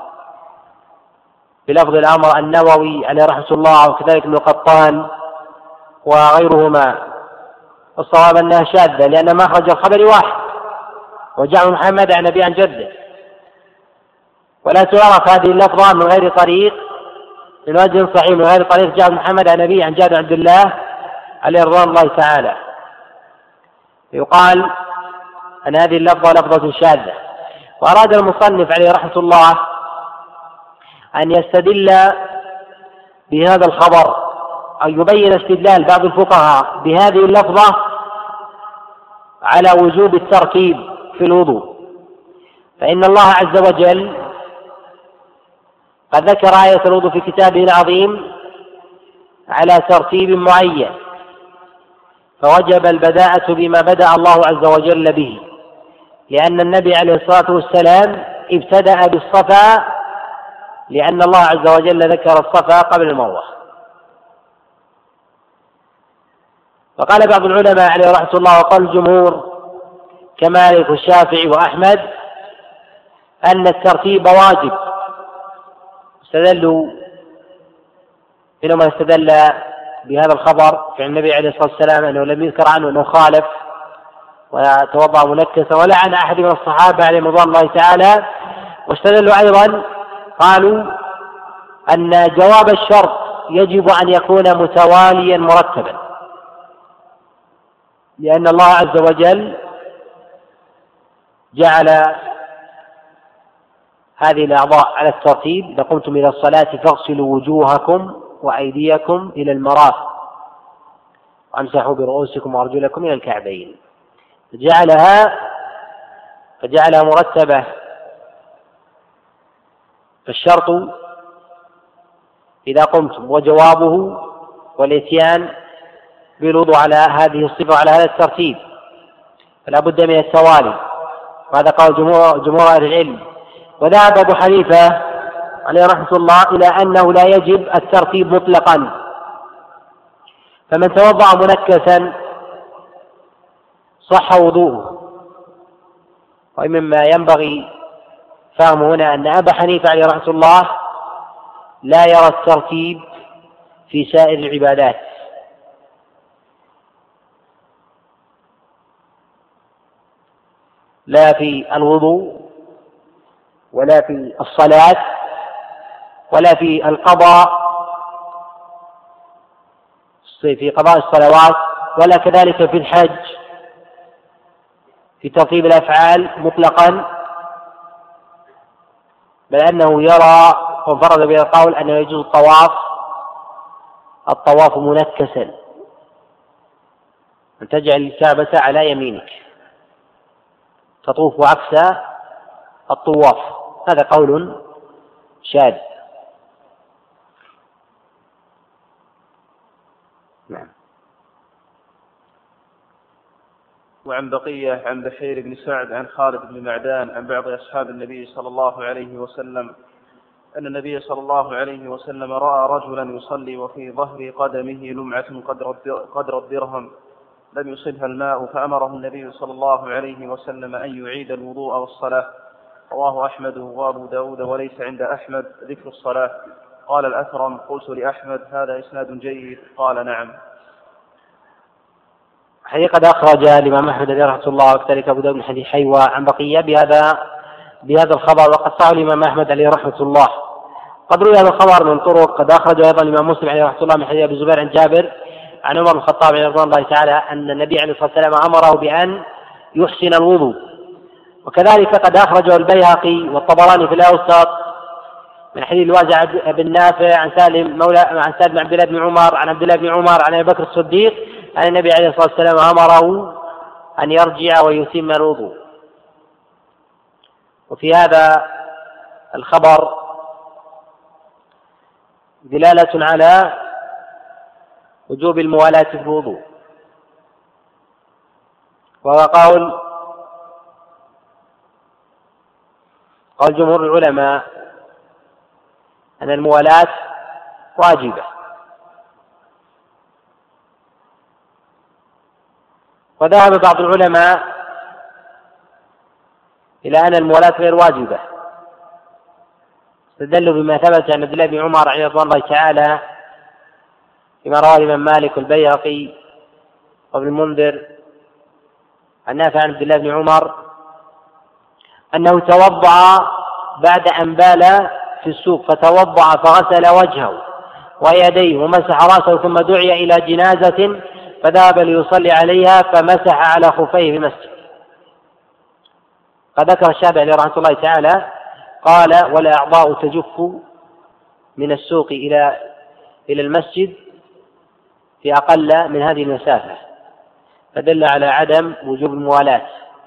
بلفظ الأمر النووي عليه رحمة الله وكذلك ابن قطان وغيرهما. الصواب أنها شاذة لأن ما أخرج الخبر واحد وجعفر محمد عن أبي عن جده، ولا تعرف هذه اللفظة من غير طريق من وجه صحيح من غير طريق جعفر محمد عن أبي عن جابر عبد الله عليه رضوان الله تعالى. يقال أن هذه اللفظة لفظة شاذة. وأراد المصنف عليه رحمة الله أن يستدل بهذا الخبر أو يبين استدلال بعض الفقهاء بهذه اللفظة على وجوب الترتيب في الوضوء، فإن الله عز وجل قد ذكر آية الوضوء في كتابه العظيم على ترتيب معين، فوجب البداءة بما بدأ الله عز وجل به، لأن النبي عليه الصلاة والسلام ابتدأ بالصفا لأن الله عز وجل ذكر الصفا قبل المروة. وقال بعض العلماء عليه رحمة الله وقال الجمهور كمالك والشافعي وأحمد أن الترتيب واجب. استدلوا إنما استدل بهذا الخبر في النبي عليه الصلاة والسلام أنه لم يذكر عنه أنه خالف وتوضأ منكسا ولعن أحد من الصحابة عليهم رضوان الله تعالى. واستدلوا أيضا قالوا أن جواب الشرط يجب أن يكون متواليا مرتبا، لأن الله عز وجل جعل هذه الأعضاء على الترتيب: إذا قمتم إلى الصلاة فاغسلوا وجوهكم وأيديكم إلى المرافق وامسحوا برؤوسكم وأرجلكم إلى الكعبين. فجعلها فجعلها مرتبة. فالشرط إذا قمتم وجوابه والإتيان بالوضوء على هذه الصفة وعلى هذا الترتيب، فلا بد من التوالي، وهذا قال جمهور جمهور أهل العلم. وذهب أبو حنيفة عليه رحمة الله إلى أنه لا يجب الترتيب مطلقا، فمن توضأ منكسا صح وضوءه. ومما ينبغي فهمه هنا أن أبا حنيفة عليه رحمة الله لا يرى الترتيب في سائر العبادات، لا في الوضوء ولا في الصلاة ولا في القضاء في قضاء الصلوات ولا كذلك في الحج في ترتيب الأفعال مطلقا، بل أنه يرى وانفرد به القول أنه يجوز الطواف الطواف منكسا، أن تجعل الكعبة على يمينك تطوف عكس الطواف، هذا قول شاذ. نعم. وعن بقية عن بحير بن سعد عن خالد بن معدان عن بعض أصحاب النبي صلى الله عليه وسلم أن النبي صلى الله عليه وسلم رأى رجلا يصلي وفي ظهر قدمه لمعة قدر الدرهم لم يصبها الماء، فأمره النبي صلى الله عليه وسلم أن يعيد الوضوء والصلاة. رواه أحمد وأبو داود وليس عند أحمد ذكر الصلاة. قال الأثرم: قلت لأحمد: هذا إسناد جيد. قال: نعم. حقيقة قد أخرج الإمام أحمد رحمه الله وكذلك أبو داود من حديث حيوى عن بقية بهذا بهذا الخبر، وقد صححه الإمام أحمد عليه رحمة الله. قد روي هذا الخبر من طرق، قد أخرج أيضا الإمام مسلم عليه رحمة الله من حديث أبي الزبير عن جابر عن عمر بن الخطاب رضي الله تعالى أن النبي عليه الصلاة والسلام أمره بأن يحسن الوضوء. وكذلك قد أخرجه البيهقي والطبراني في الأوسط من حديث الوازع بن نافع عن سالم مولى عن سالم عبد الله بن عمر عن عبد الله بن عمر عن أبي بكر الصديق أن النبي عليه الصلاة والسلام أمره أن يرجع ويتم الوضوء. وفي هذا الخبر دلالة على وجوب الموالاة في الوضوء، وهو قول قول جمهور العلماء أن الموالاة واجبة، وذهب بعض العلماء إلى أن الموالاة غير واجبة، استدلوا بما ثبت عن عبد الله بن عمر عليه رضوان الله تعالى فيما رواه الإمام مالك والبيهقي وابن المنذر عن نافع عن عبد الله بن عمر أنه توضأ بعد أن بال في السوق، فتوضأ فغسل وجهه ويديه ومسح رأسه، ثم دعي إلى جنازة فذهب ليصلي عليها فمسح على خفيه في المسجد. قد ذكر الشافعي رحمه الله تعالى قال: ولا أعضاء تجف من السوق إلى إلى المسجد في أقل من هذه المسافة، فدل على عدم وجوب الموالاة.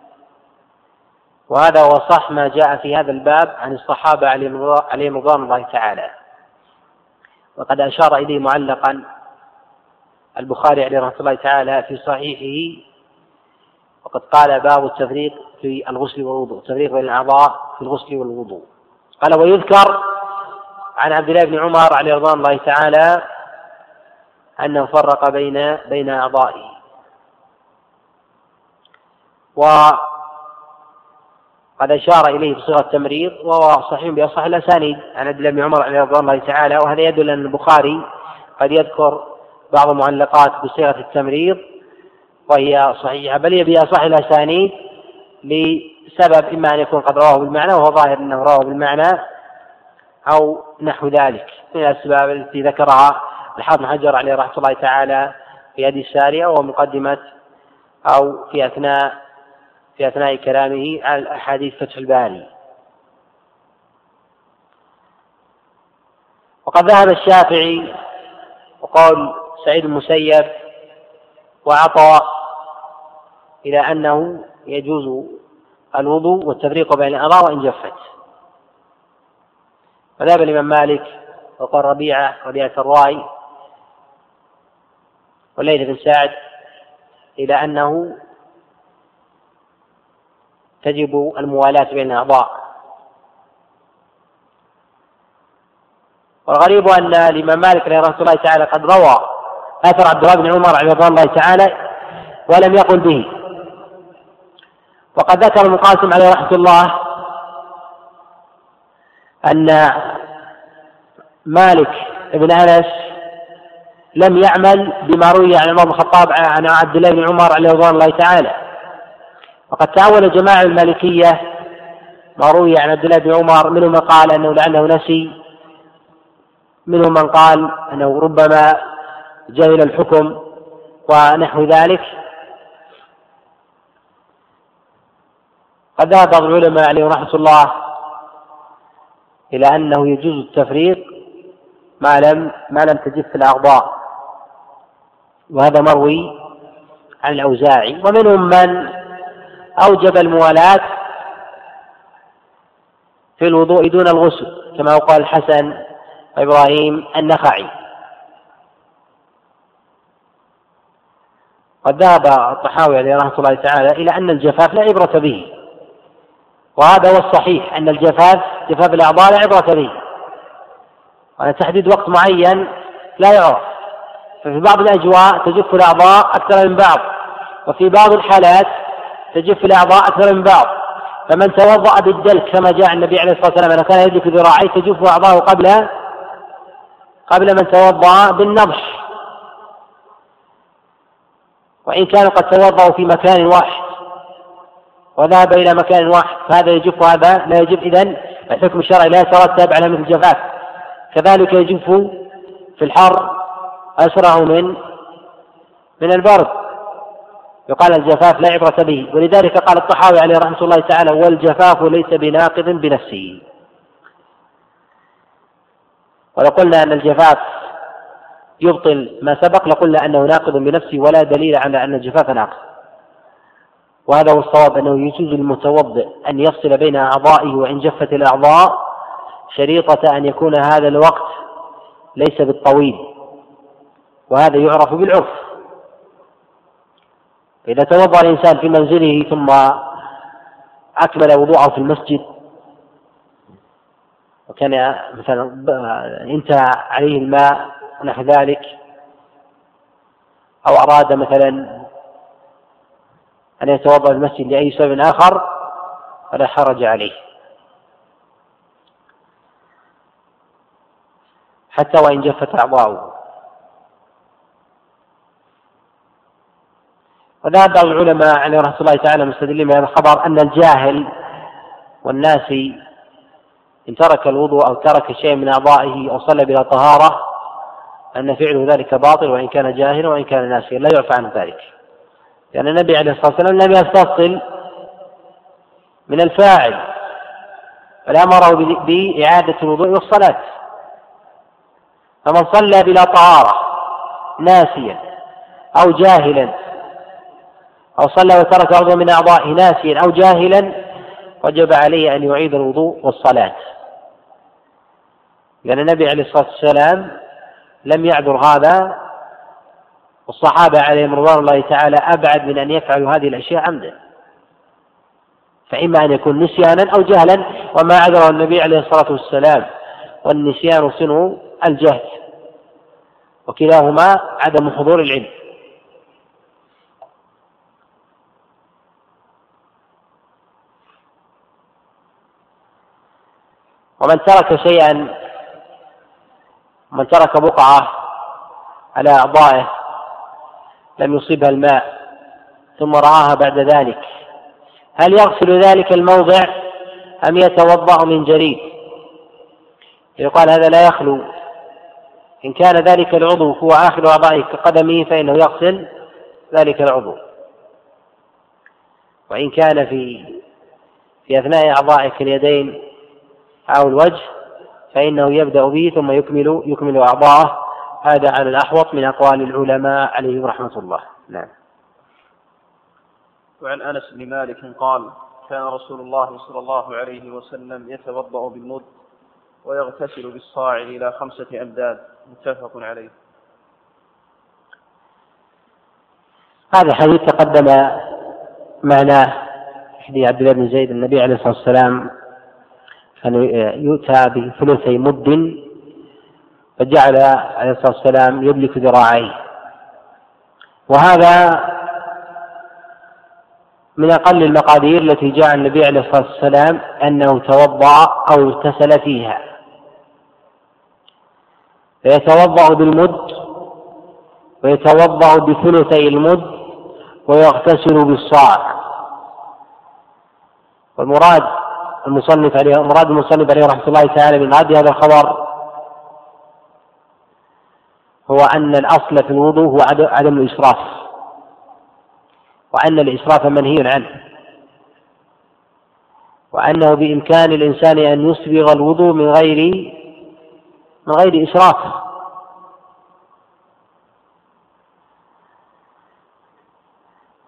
وهذا هو صح ما جاء في هذا الباب عن الصحابة عليهم رضوان الله تعالى، وقد أشار إليه معلقا البخاري عليه رحمه الله تعالى في صحيحه، وقد قال: باب التفريق في الغسل والوضوء، التفريق بين الأعضاء في الغسل والوضوء. قال: ويذكر عن عبد الله بن عمر عليه رضوان الله تعالى أنه فرق بين بين أعضائه. وقد أشار إليه بصيغة التمريض، وهو صحيح بأصح الأسانيد عن عبد الله بن عمر عليه رضوان الله تعالى. وهذا يدل أن البخاري قد يذكر بعض المعلقات بصيغة التمريض وهي صحيحة، بل هي بأصح الأسانيد لسبب إما أن يكون قد رواه بالمعنى، وهو ظاهر أنه رواه بالمعنى، أو نحو ذلك من الأسباب التي ذكرها الحافظ بن حجر عليه رحمة الله تعالى في هذه السارية ومقدمة أو في أثناء في أثناء كلامه على أحاديث فتح الباري. وقد ذهب الشافعي وقال سعيد المسيب وعطاء إلى أنه يجوز الوضوء والتفريق بين الأعضاء وإن جفت. وذهب الإمام مالك وقال ربيعة ربيعة الرائي والليث بن سعد إلى أنه تجب الموالاة بين الأعضاء. والغريب أن الإمام مالك رحمه الله تعالى قد روى آثر عبد الله بن عمر رضي الله تعالى ولم يقل به. وقد ذكر المقاسم عليه رحمه الله أن مالك بن أنس لم يعمل بما روي عن عمر بن الخطاب عن عبد الله بن عمر عليه رضوان الله تعالى. وقد تأول جماعة المالكية ما روي عن عبد الله بن عمر، منهم من قال أنه لعله نسي، منهم من قال أنه ربما جهل الحكم ونحو ذلك. قد ذهب بعض العلماء عليهم رحمة الله إلى أنه يجوز التفريق ما لم ما لم تجف الأعضاء، وهذا مروي عن الأوزاعي. ومنهم من أوجب الموالاة في الوضوء دون الغسل كما قال الحسن وإبراهيم النخعي. قد ذهب الطحاوي عليه رحمة الله تعالى إلى أن الجفاف لا عبرة به، وهذا هو الصحيح، أن الجفاف جفاف الأعضاء لا عبرة به، وأن تحديد وقت معين لا يعرف. ففي بعض الأجواء تجف الأعضاء أكثر من بعض، وفي بعض الحالات تجف الأعضاء أكثر من بعض. فمن توضأ بالدلك كما جاء النبي عليه الصلاة والسلام أنه كان يدلك ذراعيه تجف أعضاءه قبل قبل من توضأ بالنضح، وإن كانوا قد توضأوا في مكان واحد وذهب إلى مكان واحد فهذا يجف وهذا لا يجف. إذن الحكم الشرعي لا يترتب على مثل الجفاف. كذلك يجف في الحر أسرع من من البرد، يقال الجفاف لا عبرة به. ولذلك قال الطحاوي عليه رحمة الله تعالى: والجفاف ليس بناقض بنفسه. ولو قلنا أن الجفاف يبطل ما سبق لقلنا أنه ناقض بنفسه، ولا دليل على أن الجفاف ناقض. وهذا هو الصواب، أنه يجوز للمتوضئ أن يفصل بين أعضائه وإن جفت الأعضاء، شريطة أن يكون هذا الوقت ليس بالطويل، وهذا يعرف بالعرف. إذا توضأ الإنسان في منزله ثم أكمل وضوءه في المسجد وكان مثلا انتهى عليه الماء ونحو ذلك، أو أراد مثلا أن يتوضأ المسجد لأي سبب آخر فلا حرج عليه، حتى وإن جفت أعضاؤه. وذهب بعض العلماء عليه رحمة الله تعالى مستدلين بهذا الخبر أن الجاهل والناس إن ترك الوضوء أو ترك شيء من أعضائه أو صلى بلا طهارة أن فعله ذلك باطل، وإن كان جاهلا وإن كان ناسيا لا يعفى عن ذلك، لأن يعني النبي عليه الصلاة والسلام لم يستفصل من الفاعل بل أمره بإعادة الوضوء والصلاة. فمن صلى بلا طهارة ناسيا أو جاهلا، أو صلى وترك عضوا من أعضائه ناسيا أو جاهلا، وجب عليه أن يعيد الوضوء والصلاة، لأن النبي عليه الصلاة والسلام لم يعذر هذا، والصحابة عليهم رضوان الله تعالى أبعد من أن يفعلوا هذه الأشياء عمدا، فإما أن يكون نسيانا أو جهلا، وما عذره النبي عليه الصلاة والسلام، والنسيان صنع الجهل، وكلاهما عدم حضور العلم. ومن ترك شيئا، من ترك بقعة على أعضائه لم يصيبها الماء ثم رآها بعد ذلك، هل يغسل ذلك الموضع أم يتوضأ من جديد؟ يقال هذا لا يخلو، إن كان ذلك العضو هو آخر أعضائه كقدمه فإنه يغسل ذلك العضو، وإن كان في في أثناء أعضائه كاليدين أو الوجه فإنه يبدأ به ثم يكمل يكمل أعضاءه. هذا على الأحوط من أقوال العلماء عليهم رحمة الله. نعم. وعن أنس بن مالك قال: كان رسول الله صلى الله عليه وسلم يتوضأ بالمد ويغتسل بالصاع إلى خمسة أمداد. متفق عليه. هذا الحديث تقدم معناه حديث عبد الله بن زيد النبي عليه الصلاة والسلام كان يؤتى بثلثي مد، فجعل عليه الصلاة والسلام يدلك ذراعيه، وهذا من أقل المقادير التي جاء النبي عليه الصلاة والسلام أنه توضأ أو اغتسل فيها، فيتوضأ بالمد ويتوضأ بثلثي المد ويغتسل بالصاع. والمراد المصنف عليه مراد المصنف عليه رحمة الله تعالى من هذا الخبر هو أن الأصل في الوضوء هو عدم الإسراف، وأن الإسراف منهي عنه، وأنه بإمكان الإنسان أن يسبغ الوضوء من غير من غير إسراف.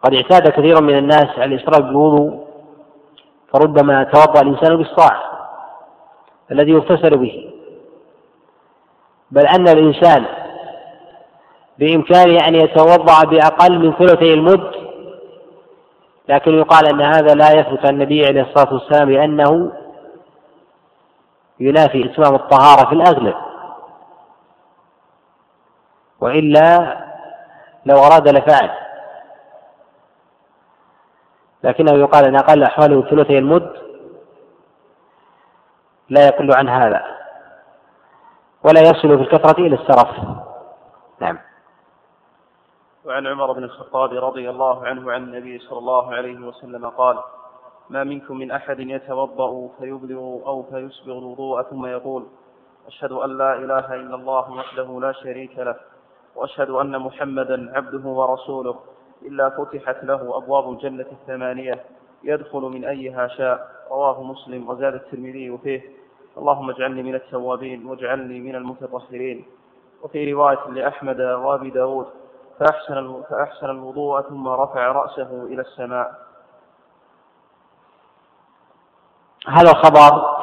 وقد اعتاد كثير من الناس على الإسراف بالوضوء، فربما توضأ الإنسان بالصاع الذي يغتسل به، بل أن الإنسان بإمكانه أن يتوضأ بأقل من ثلثي المد، لكن يقال أن هذا لا يثبت عن النبي عليه الصلاة والسلام لأنه ينافي إتمام الطهارة في الأغلب، وإلا لو أراد لفعل، لكنه يقال أن أقل أحواله ثلثي المد لا يقل عن هذا، ولا يصل في الكثرة إلى السرف. نعم. وعن عمر بن الخطاب رضي الله عنه عن النبي صلى الله عليه وسلم قال: ما منكم من أحد يتوضأ فيبلغ أو فيسبغ الوضوء ثم يقول: أشهد أن لا إله إلا الله وحده لا شريك له وأشهد أن محمدا عبده ورسوله إلا فتحت له أبواب الجنة الثمانية يدخل من أيها شاء. رواه مسلم. وزاد الترمذي فيه: اللهم اجعلني من التوابين واجعلني من المتطهرين. وفي رواية لأحمد وأبي داود: فأحسن, فأحسن الوضوء ثم رفع رأسه إلى السماء. هذا الخبر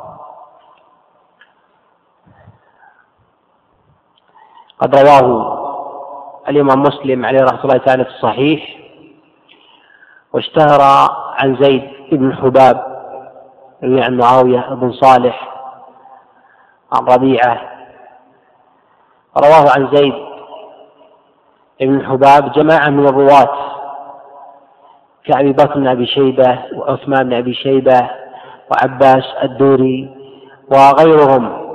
قد رواه الإمام مسلم عليه رحمة الله تعالى في الصحيح، واشتهر عن زيد بن حباب روي عن معاوية بن صالح عن ربيعة. رواه عن زيد بن حباب جماعة من الرواة كأبي بكر بن أبي شيبة وعثمان بن أبي شيبة وعباس الدوري وغيرهم،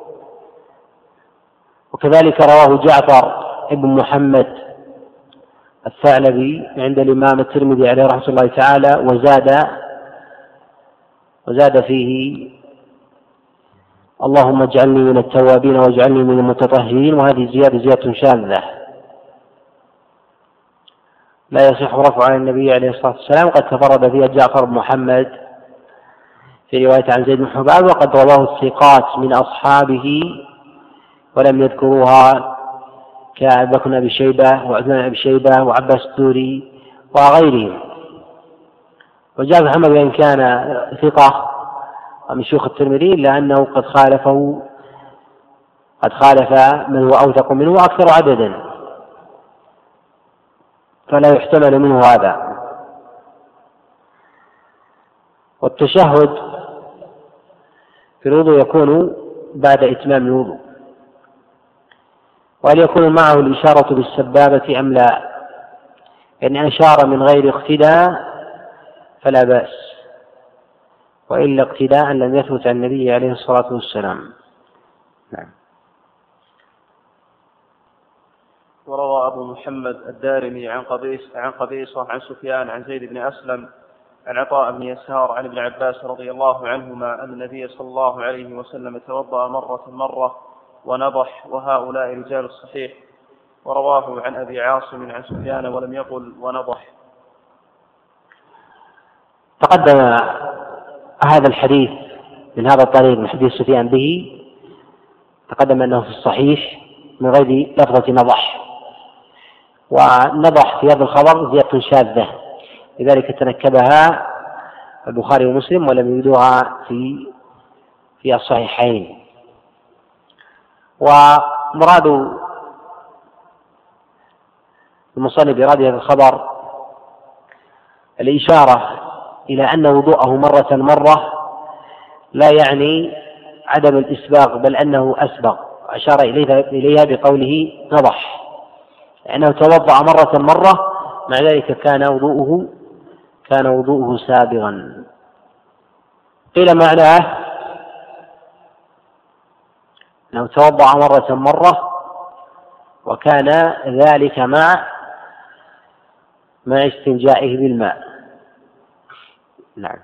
وكذلك رواه جعفر ابن محمد الثعلبي عند الإمام الترمذي عليه رحمة الله تعالى، وزاد وزاد فيه: اللهم اجعلني من التوابين واجعلني من المتطهرين. وهذه زيادة زيادة شاذة لا يصح رفع عن النبي عليه الصلاة والسلام، قد تفرد فيها جعفر بن محمد في رواية عن زيد بن حباب، وقد رواه الثقات من أصحابه ولم يذكروها كأبي بكر بن أبي شيبة وعثمان بن أبي شيبة وعباس الدوري وغيرهم. وجاء محمد وإن كان ثقة من شيوخ الترمذي إلا أنه قد خالفه قد خالف من هو أوثق منه وأكثر عددا، فلا يحتمل منه هذا. والتشهد في الوضوء يكون بعد إتمام الوضوء، وهل يكون معه الإشارة بالسبابة أم لا؟ إن أشار من غير اقتداء فلا بأس، وإلا اقتداء لم يثبت عن النبي عليه الصلاة والسلام. نعم. وروى أبو محمد الدارمي عن قبيص عن قبيصة عن سفيان عن زيد بن أسلم عن عطاء بن يسار عن ابن عباس رضي الله عنهما أن النبي صلى الله عليه وسلم توضأ مرة مرة ونضح، وهؤلاء رجال الصحيح. ورواه عن أبي عاصم عن سفيان ولم يقل ونضح. تقدم هذا الحديث من هذا الطريق من حديث سفيان به، تقدم أنه في الصحيح من غير لفظة نضح، ونضح في هذا الخبر زيادة شاذة، لذلك تنكبها البخاري ومسلم ولم يجدوها في في الصحيحين. ومراد المصنف براد هذا الخبر الإشارة إلى أن وضوءه مرة مرة لا يعني عدم الإسباغ، بل أنه أسبغ، أشار إليها بقوله نضح، لأنه توضأ مرة مرة، مع ذلك كان وضوءه كان وضوءه سابغا. قيل معناه أنه توضأ مرة مرة وكان ذلك مع مع استنجائه بالماء. نعم.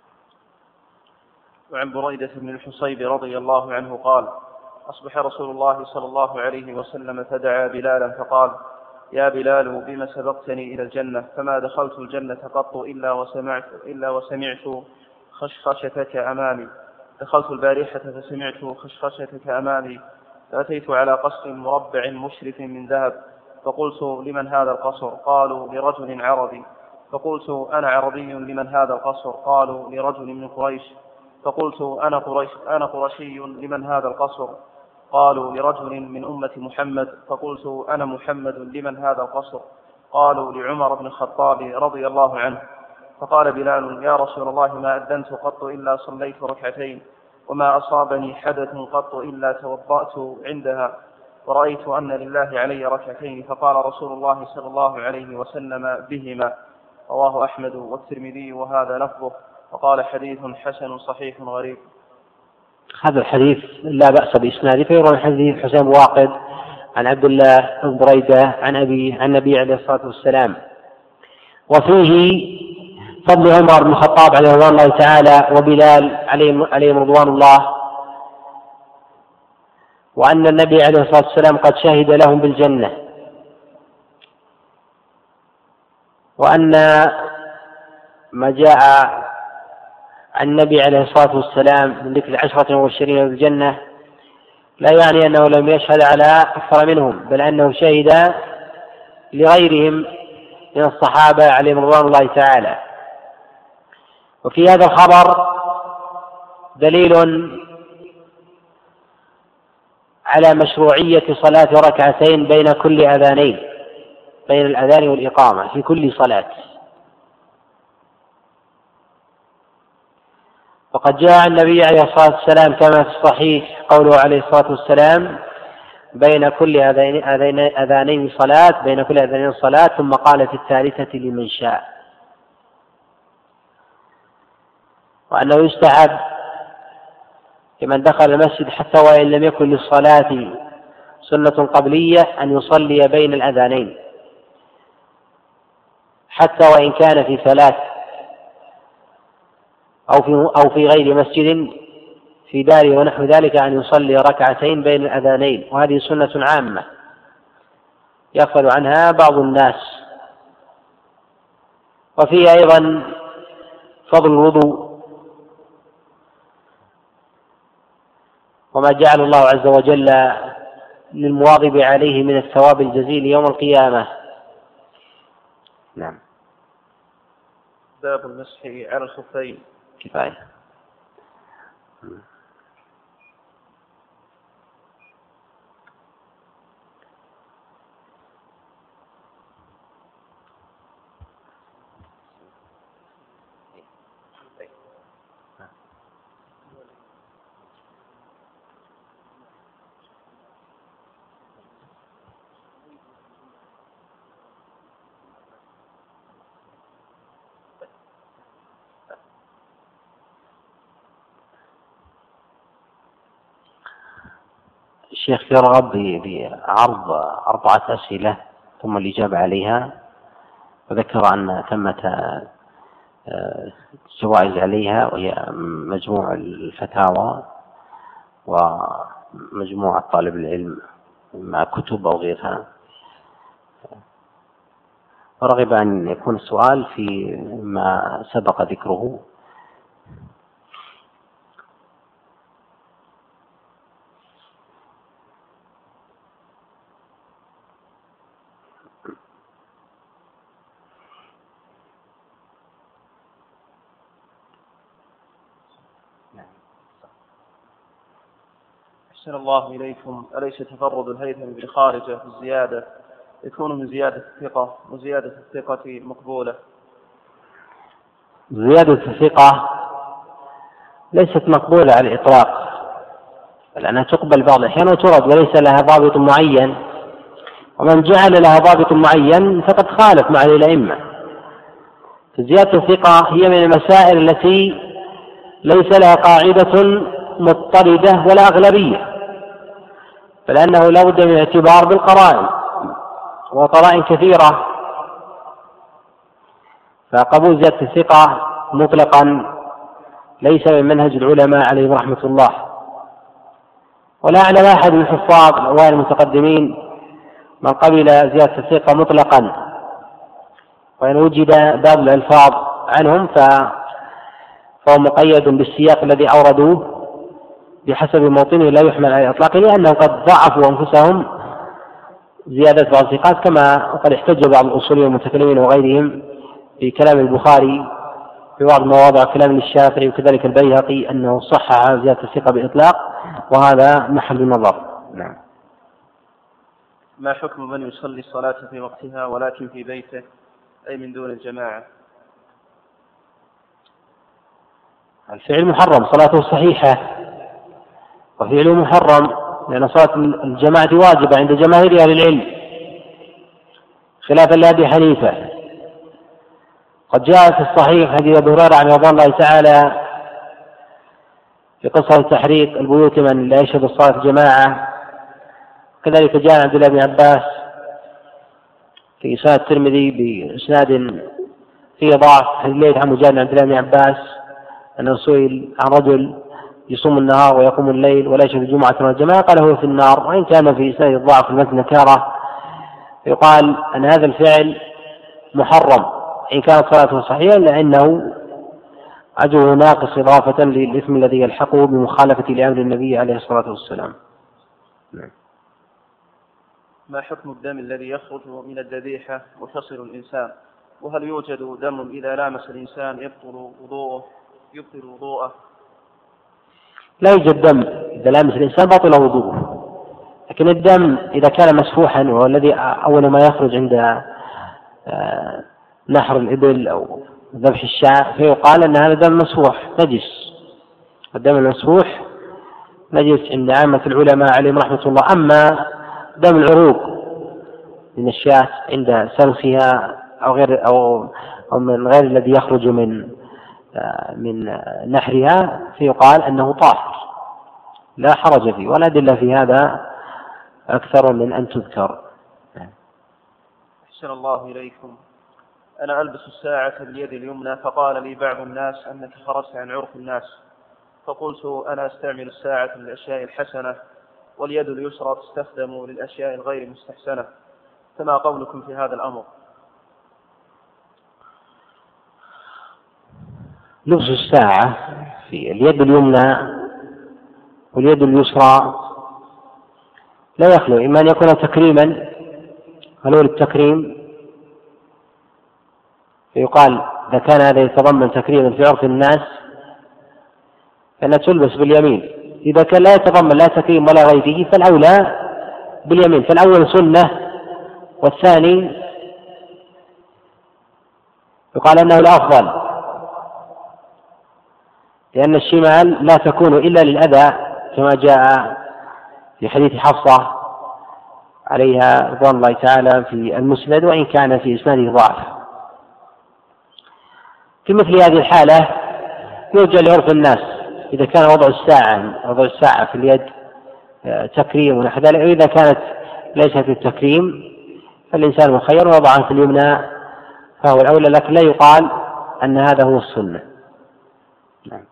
وعن بريدة بن الحصيب رضي الله عنه قال: أصبح رسول الله صلى الله عليه وسلم فدعا بلالا فقال: يا بلال بما سبقتني إلى الجنة؟ فما دخلت الجنة قط إلا وسمعت, إلا وسمعت خشخشتك أمامي. دخلت البارحة فسمعت خشخشتك أمامي، فأتيت على قصر مربع مشرف من ذهب، فقلت لمن هذا القصر؟ قالوا لرجل عربي. فقلت أنا عربي، لمن هذا القصر؟ قالوا لرجل من قريش. فقلت أنا قريش أنا قرشي، لمن هذا القصر؟ قالوا لرجل من أمة محمد. فقلت أنا محمد، لمن هذا القصر؟ قالوا لعمر بن الخطاب رضي الله عنه. فقال بلال: يا رسول الله، ما أذنت قط إلا صليت ركعتين، وما أصابني حدث قط إلا توضأت عندها، ورأيت أن لله علي ركعتين. فقال رسول الله صلى الله عليه وسلم: بهما. رواه أحمد والترمذي وهذا لفظه، وقال: حديث حسن صحيح غريب. هذا الحديث لا بأس بإسناده، فيروي حديث حسين واقد عن عبد الله بن بريدة عن أبي عن النبي عليه الصلاة والسلام، وفيه فضل عمر بن الخطاب عليه رضوان الله تعالى وبلال عليهم رضوان الله، وأن النبي عليه الصلاة والسلام قد شهد لهم بالجنة، وأن ما جاء عن النبي عليه الصلاة والسلام من ذكر العشرة المبشرين بالجنة لا يعني أنه لم يشهد على أكثر منهم، بل أنه شهد لغيرهم من الصحابة عليهم رضوان الله تعالى. وفي هذا الخبر دليل على مشروعية صلاة ركعتين بين كل أذانين، بين الأذان والإقامة في كل صلاة. وقد جاء النبي عليه الصلاة والسلام كما في الصحيح قوله عليه الصلاة والسلام: بين كل أذانين صلاة، بين كل أذانين صلاة، ثم قال في الثالثة: لمن شاء. وأنه يستحب لمن دخل المسجد حتى وإن لم يكن للصلاة سنة قبلية أن يصلي بين الأذانين، حتى وإن كان في ثلاث أو في, أو في غير مسجد في داره ونحو ذلك، أن يصلي ركعتين بين الأذانين، وهذه سنة عامة يغفل عنها بعض الناس. وفيه أيضا فضل الوضوء، وما جعل الله عز وجل للمواظب عليه من الثواب الجزيل يوم القيامة. نعم. باب المسح على الخفين. كفاية. الشيخ يرغب بعرض أربعة أسئلة ثم الإجابة عليها، وذكر أن ثمة جوائز عليها، وهي مجموع الفتاوى ومجموعة طالب العلم مع كتب أو غيرها، ورغب أن يكون السؤال في ما سبق ذكره. أحسن الله إليكم. أليس تفرد الهيثم بن خارجة بالزيادة يكون من زيادة الثقة، وزيادة الثقة مقبولة؟ زيادة الثقة ليست مقبولة على الإطلاق، لأنها تقبل بعض الأحيان وترد، وليس لها ضابط معين، ومن جعل لها ضابط معين فقد خالف مع الأئمة. زيادة الثقة هي من المسائل التي ليس لها قاعدة مضطردة ولا أغلبية، فلأنه لا بد من اعتبار بالقرائن، وقرائن كثيرة. فقبول زيادة الثقة مطلقا ليس من منهج العلماء عليهم رحمة الله، ولا أعلم أحد من الحفاظ الأوائل المتقدمين من قبل زيادة الثقة مطلقا، وإن وجد باب الألفاظ عنهم فهو مقيد بالسياق الذي أوردوه بحسب موطنه، لا يحمل على الإطلاق، لأنهم قد ضعفوا أنفسهم زيادة بعض الثقات، كما قد احتج بعض الأصوليين والمتكلمين وغيرهم في كلام البخاري في بعض مواضع كلام الشافعي وكذلك البيهقي أنه صحح زيادة الثقة بإطلاق، وهذا محل نظر. نعم. ما حكم من يصلي الصلاة في وقتها ولكن في بيته أي من دون الجماعة؟ الفعل محرم، صلاته صحيحة وفعله محرم، لأن صلاة الجماعة واجبة عند جماهير أهل العلم خلافا لأبي حنيفة. قد جاء في الصحيح حديث أبي هريرة عن رضي الله تعالى في قصة تحريق البيوت من لا يشهد الصلاة الجماعة، كذلك جاء عن عبد الله بن عباس في إسناد الترمذي بإسناد فيه ضعف الليل عن مجاهد عبد الله بن عباس أنه سئل عن رجل يصوم النهار ويقوم الليل ولا يشهد الجمعة والجماعة، قال هو في النار، وإن كان في إسناد الضعف المتن نكارة، يقال أن هذا الفعل محرم إن كانت صلاته صحيحة، لأنه أجره ناقص إضافة للإثم الذي يلحقه بمخالفة لأمر النبي عليه الصلاة والسلام. نعم. ما حكم الدم الذي يخرج من الذبيحة وتصل الإنسان؟ وهل يوجد دم إذا لامس الإنسان يبطل وضوءه يبطل وضوءه؟ لا يوجد دم إذا لامس الإنسان بطل وضوءه، لكن الدم إذا كان مسفوحا وهو الذي أول ما يخرج عند نحر الإبل أو ذبح الشاة فيقال أن هذا دم مسفوح نجس. الدم المسفوح نجس عند عامة العلماء عليهم رحمة الله. أما دم العروق من الشاة عند سلخها أو غير أو أو من غير الذي يخرج من من نحرها فيقال أنه طاهر لا حرج فيه، ولا أدلة في هذا أكثر من أن تذكر. أحسن الله إليكم. أنا ألبس الساعة باليد اليمنى، فقال لي بعض الناس أنك خرجت عن عرف الناس، فقلت أنا أستعمل الساعة للأشياء الحسنة واليد اليسرى تستخدم للأشياء الغير مستحسنة، فما قولكم في هذا الأمر؟ لبس الساعة في اليد اليمنى واليد اليسرى لا يخلو إما أن يكون تكريما، هل هو للتكريم فيقال إذا كان هذا يتضمن تكريما في عرف الناس فإنها تلبس باليمين، إذا كان لا يتضمن لا تكريم ولا غيره فالأولى باليمين، فالأول سنة والثاني يقال أنه الأفضل، لأن الشمال لا تكون إلا للأذى كما جاء في حديث حفصة عليها رضوان الله تعالى في المسند، وإن كان في إسناده ضعف. في مثل هذه الحالة يرجع لعرف الناس، إذا كان وضع الساعة وضع الساعة في اليد تكريم ونحو ذلك، وإذا كانت ليست في التكريم فالإنسان مخير وضعها في اليمنى فهو الأولى، لكن لا يقال أن هذا هو السنة. نعم.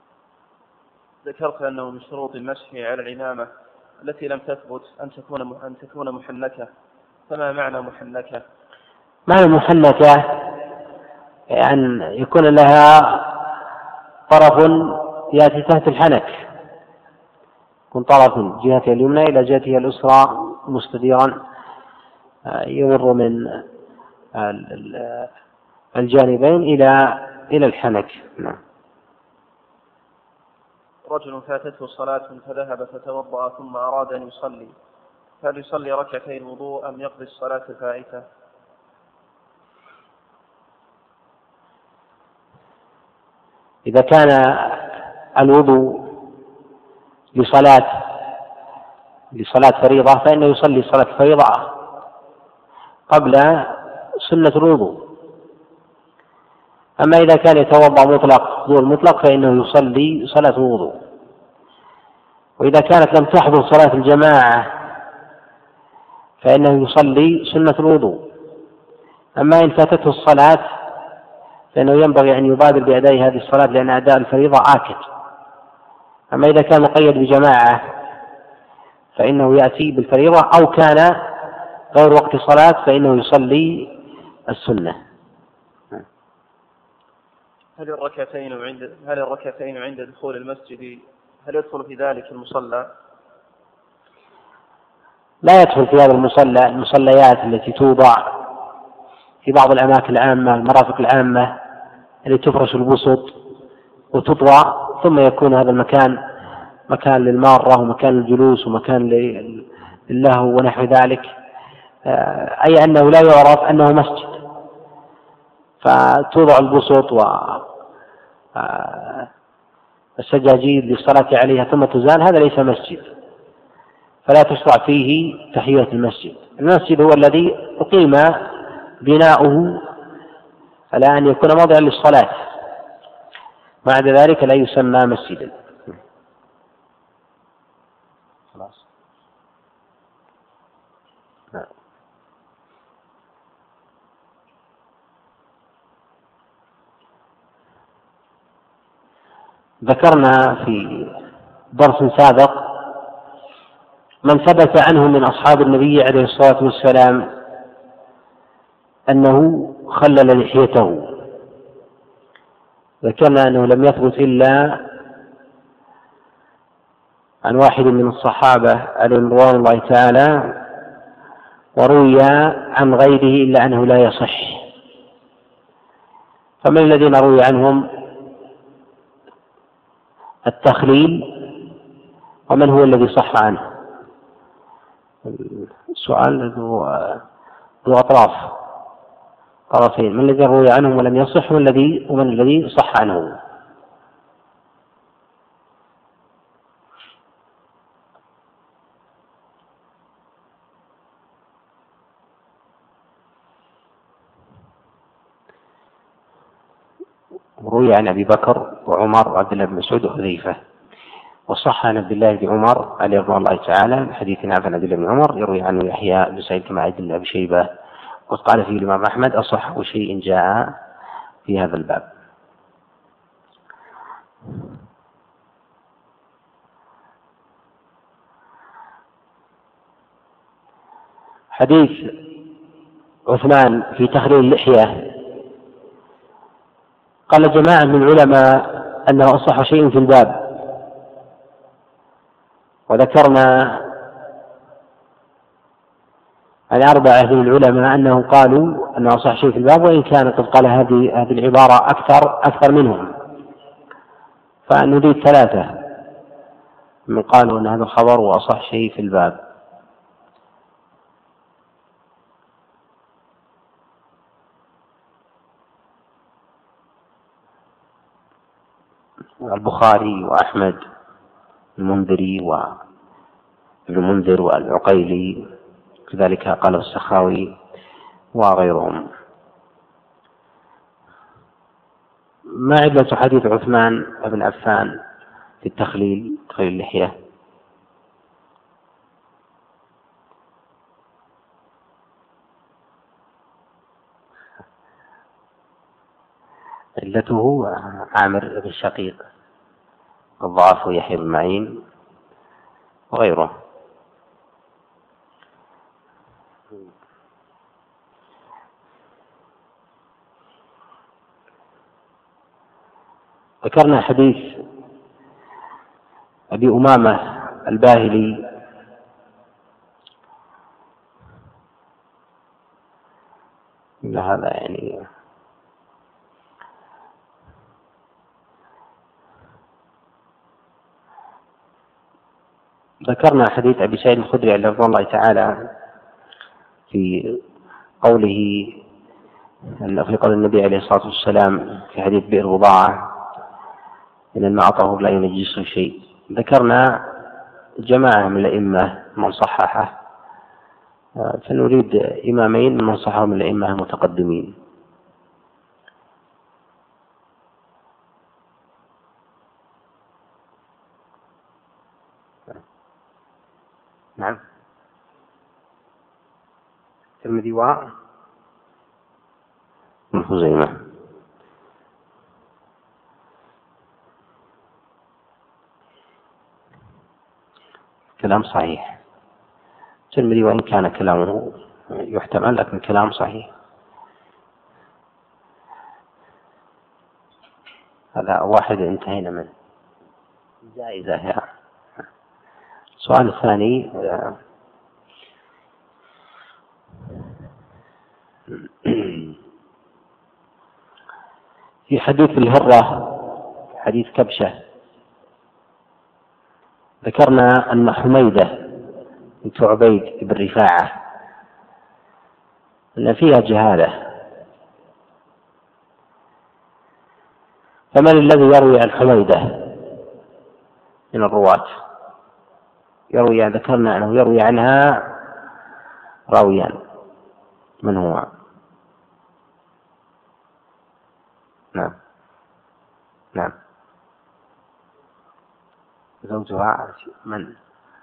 ذكرت أنه من شروط المسح على العمامة التي لم تثبت أن تكون أن تكون محنكة، فما معنى محنكة؟ معنى محنكة أن يعني يكون لها طرف يأتي تحت الحنك، يكون طرف من جهتها اليمنى إلى جهتها اليسرى مستديرا يمر من الجانبين إلى إلى الحنك. نعم. رجل فاتته صلاة فذهب فتوضأ ثم أراد أن يصلي، هل يصلي ركعتين وضوء أم يقضي الصلاة الفائتة؟ إذا كان الوضوء لصلاة لصلاة فريضة فإنه يصلي صلاة فريضة قبل سنة الوضوء. أما إذا كان يتوضأ مطلق وضوء المطلق فإنه يصلي صلاة الوضوء. وإذا كانت لم تحضر صلاة الجماعة فإنه يصلي سنة الوضوء. أما إن فاتته الصلاة فإنه ينبغي أن يبادر بأداء هذه الصلاة لأن أداء الفريضة آكد. أما إذا كان مقيد بجماعة فإنه يأتي بالفريضة، أو كان غير وقت صلاة فإنه يصلي السنة. هل الركعتين عند هل الركعتين عند دخول المسجد هل يدخل في ذلك المصلى؟ لا يدخل في هذا المصلى المصليات التي توضع في بعض الأماكن العامة المرافق العامة التي تفرش البسط وتطوى، ثم يكون هذا المكان مكان للمارة ومكان للجلوس ومكان للهو ونحو ذلك، أي أنه لا يعرف أنه مسجد، فتوضع البسط والسجاجيد للصلاة عليها ثم تزال، هذا ليس مسجد، فلا تشرع فيه تحية المسجد. المسجد هو الذي أقيم بناؤه على أن يكون موضعا للصلاة، بعد ذلك لا يسمى مسجدا. خلاص. ذكرنا في درس سابق من ثبت عنه من أصحاب النبي عليه الصلاة والسلام أنه خلل لحيته. ذكرنا أنه لم يثبت إلا عن واحد من الصحابة عليهم رضوان الله تعالى، وروي عن غيره إلا أنه لا يصح. فمن الذين روي عنهم التخليل، ومن هو الذي صح عنه؟ السؤال ذو أطراف طرفين، من الذي روي عنهم ولم يصح والذي ومن الذي صح عنه؟ روي عن أبي بكر وعمر وعبد الله بن مسعود وحذيفة، وصح عن عبد الله بن عمر عليه رضوان الله تعالى حديث نافع عن عبد الله بن عمر يروي عنه يحيى بن سعيد كما عبد الله بن شيبة، وقال فيه الإمام أحمد أصح شيء جاء في هذا الباب. حديث عثمان في تخليل اللحية، قال جماعة من العلماء أنه أصح شيء في الباب، وذكرنا عن أربعة من العلماء أنهم قالوا أنه أصح شيء في الباب، وإن كان قد قال هذه هذه العبارة أكثر أكثر منهم، فنريد ثلاثة من قالوا أن هذا الخبر وأصح شيء في الباب. البخاري وأحمد المنذري وابن المنذر والعقيلي، كذلك قال السخاوي وغيرهم. ما علة حديث عثمان بن عفان في التخليل تخليل اللحية؟ علته عامر بن شقيق الضعف ويحيى بن معين وغيره. ذكرنا حديث أبي أمامة الباهلي هذا يعني ذكرنا حديث أبي سعيد الخدري رضي الله تعالى في قوله في قول النبي عليه الصلاة والسلام في حديث بئر بضاعة إن الماء طهور لا ينجسه شيء. ذكرنا جماعة من الأئمة من صححه، فنريد إمامين من صححه من الأئمة المتقدمين. نعم، الترمذي وابن خزيمة. كلام صحيح. الترمذي وإن كان كلامه يحتمل لكن كلام صحيح. هذا واحد انتهينا منه. جائزة. السؤال الثاني في حديث الهرة حديث كبشة ذكرنا أن حميدة بنت عبيد بن رفاعة أن فيها جهالة، فمن الذي يروي عن حميدة من الرواة؟ يروي ذكرنا أنه يروي عنها راويان، من هو؟ نعم نعم زوجها من؟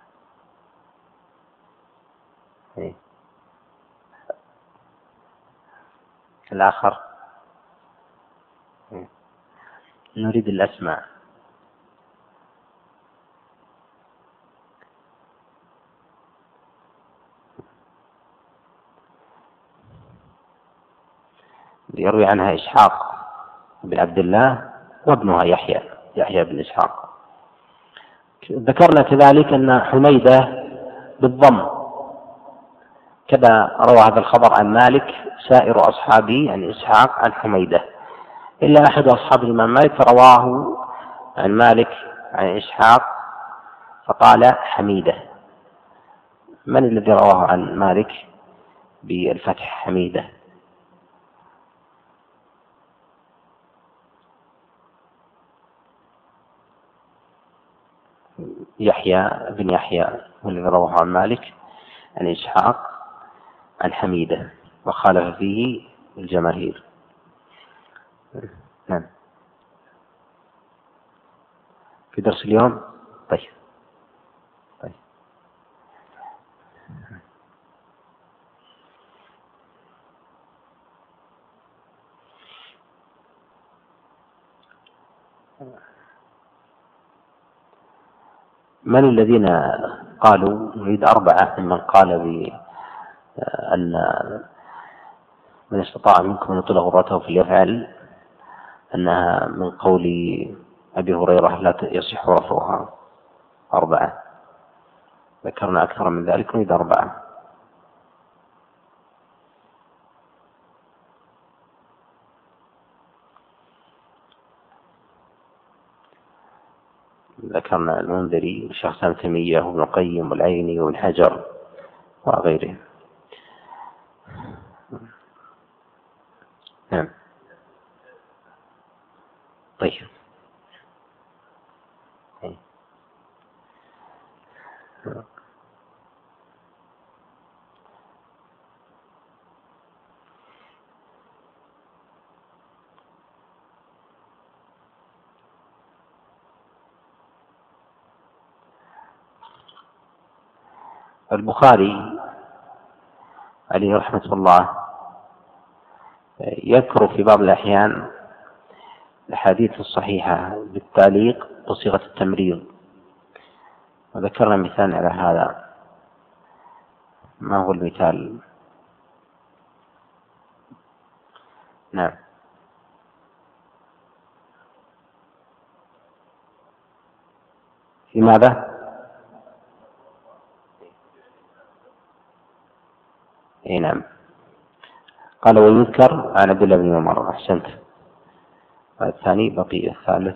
إيه؟ الآخر؟ إيه؟ نريد الأسماء. يروي عنها إسحاق بن عبد الله وابنها يحيى يحيى بن إسحاق. ذكرنا كذلك أن حميدة بالضم كذا روى هذا الخبر عن مالك سائر أصحابه عن إسحاق عن حميدة، إلا أحد أصحاب الإمام مالك فرواه عن مالك عن إسحاق فقال حميدة. من الذي رواه عن مالك بالفتح حميدة؟ يحيى بن يحيى والذي رواه عن مالك عن إسحاق عن حميدة، وخالف فيه الجماهير. نعم في درس اليوم. طيب طيب من الذين قالوا نريد أربعة ممن قال بأن من استطاع منكم أن يطيل غرته فليفعل، أنها من قول أبي هريرة لا يصح رفعها؟ أربعة. ذكرنا أكثر من ذلك، نريد أربعة. ذكرنا المنذري والشيخ الإسلام ابن تيمية وابن القيم والعيني وابن حجر وغيرهم. نعم طيب البخاري عليه رحمة الله يذكر في بعض الأحيان الحديث الصحيحة بالتعليق بصيغة التمريض، وذكرنا مثال على هذا. ما هو المثال؟ نعم في ماذا؟ اي نعم قال ويذكر عن عبد الله بن عمر. احسنت. الثاني بقي الثالث.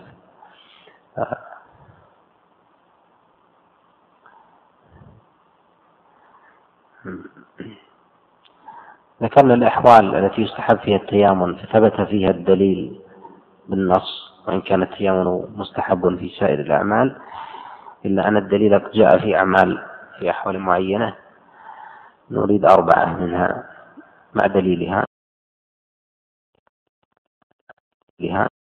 ذكرنا الأحوال التي يستحب فيها التيامن فثبت فيها الدليل بالنص، وإن كان التيامن مستحب في سائر الأعمال، إلا أن الدليل جاء في أعمال في أحوال معينة. نريد أربعة منها مع دليلها.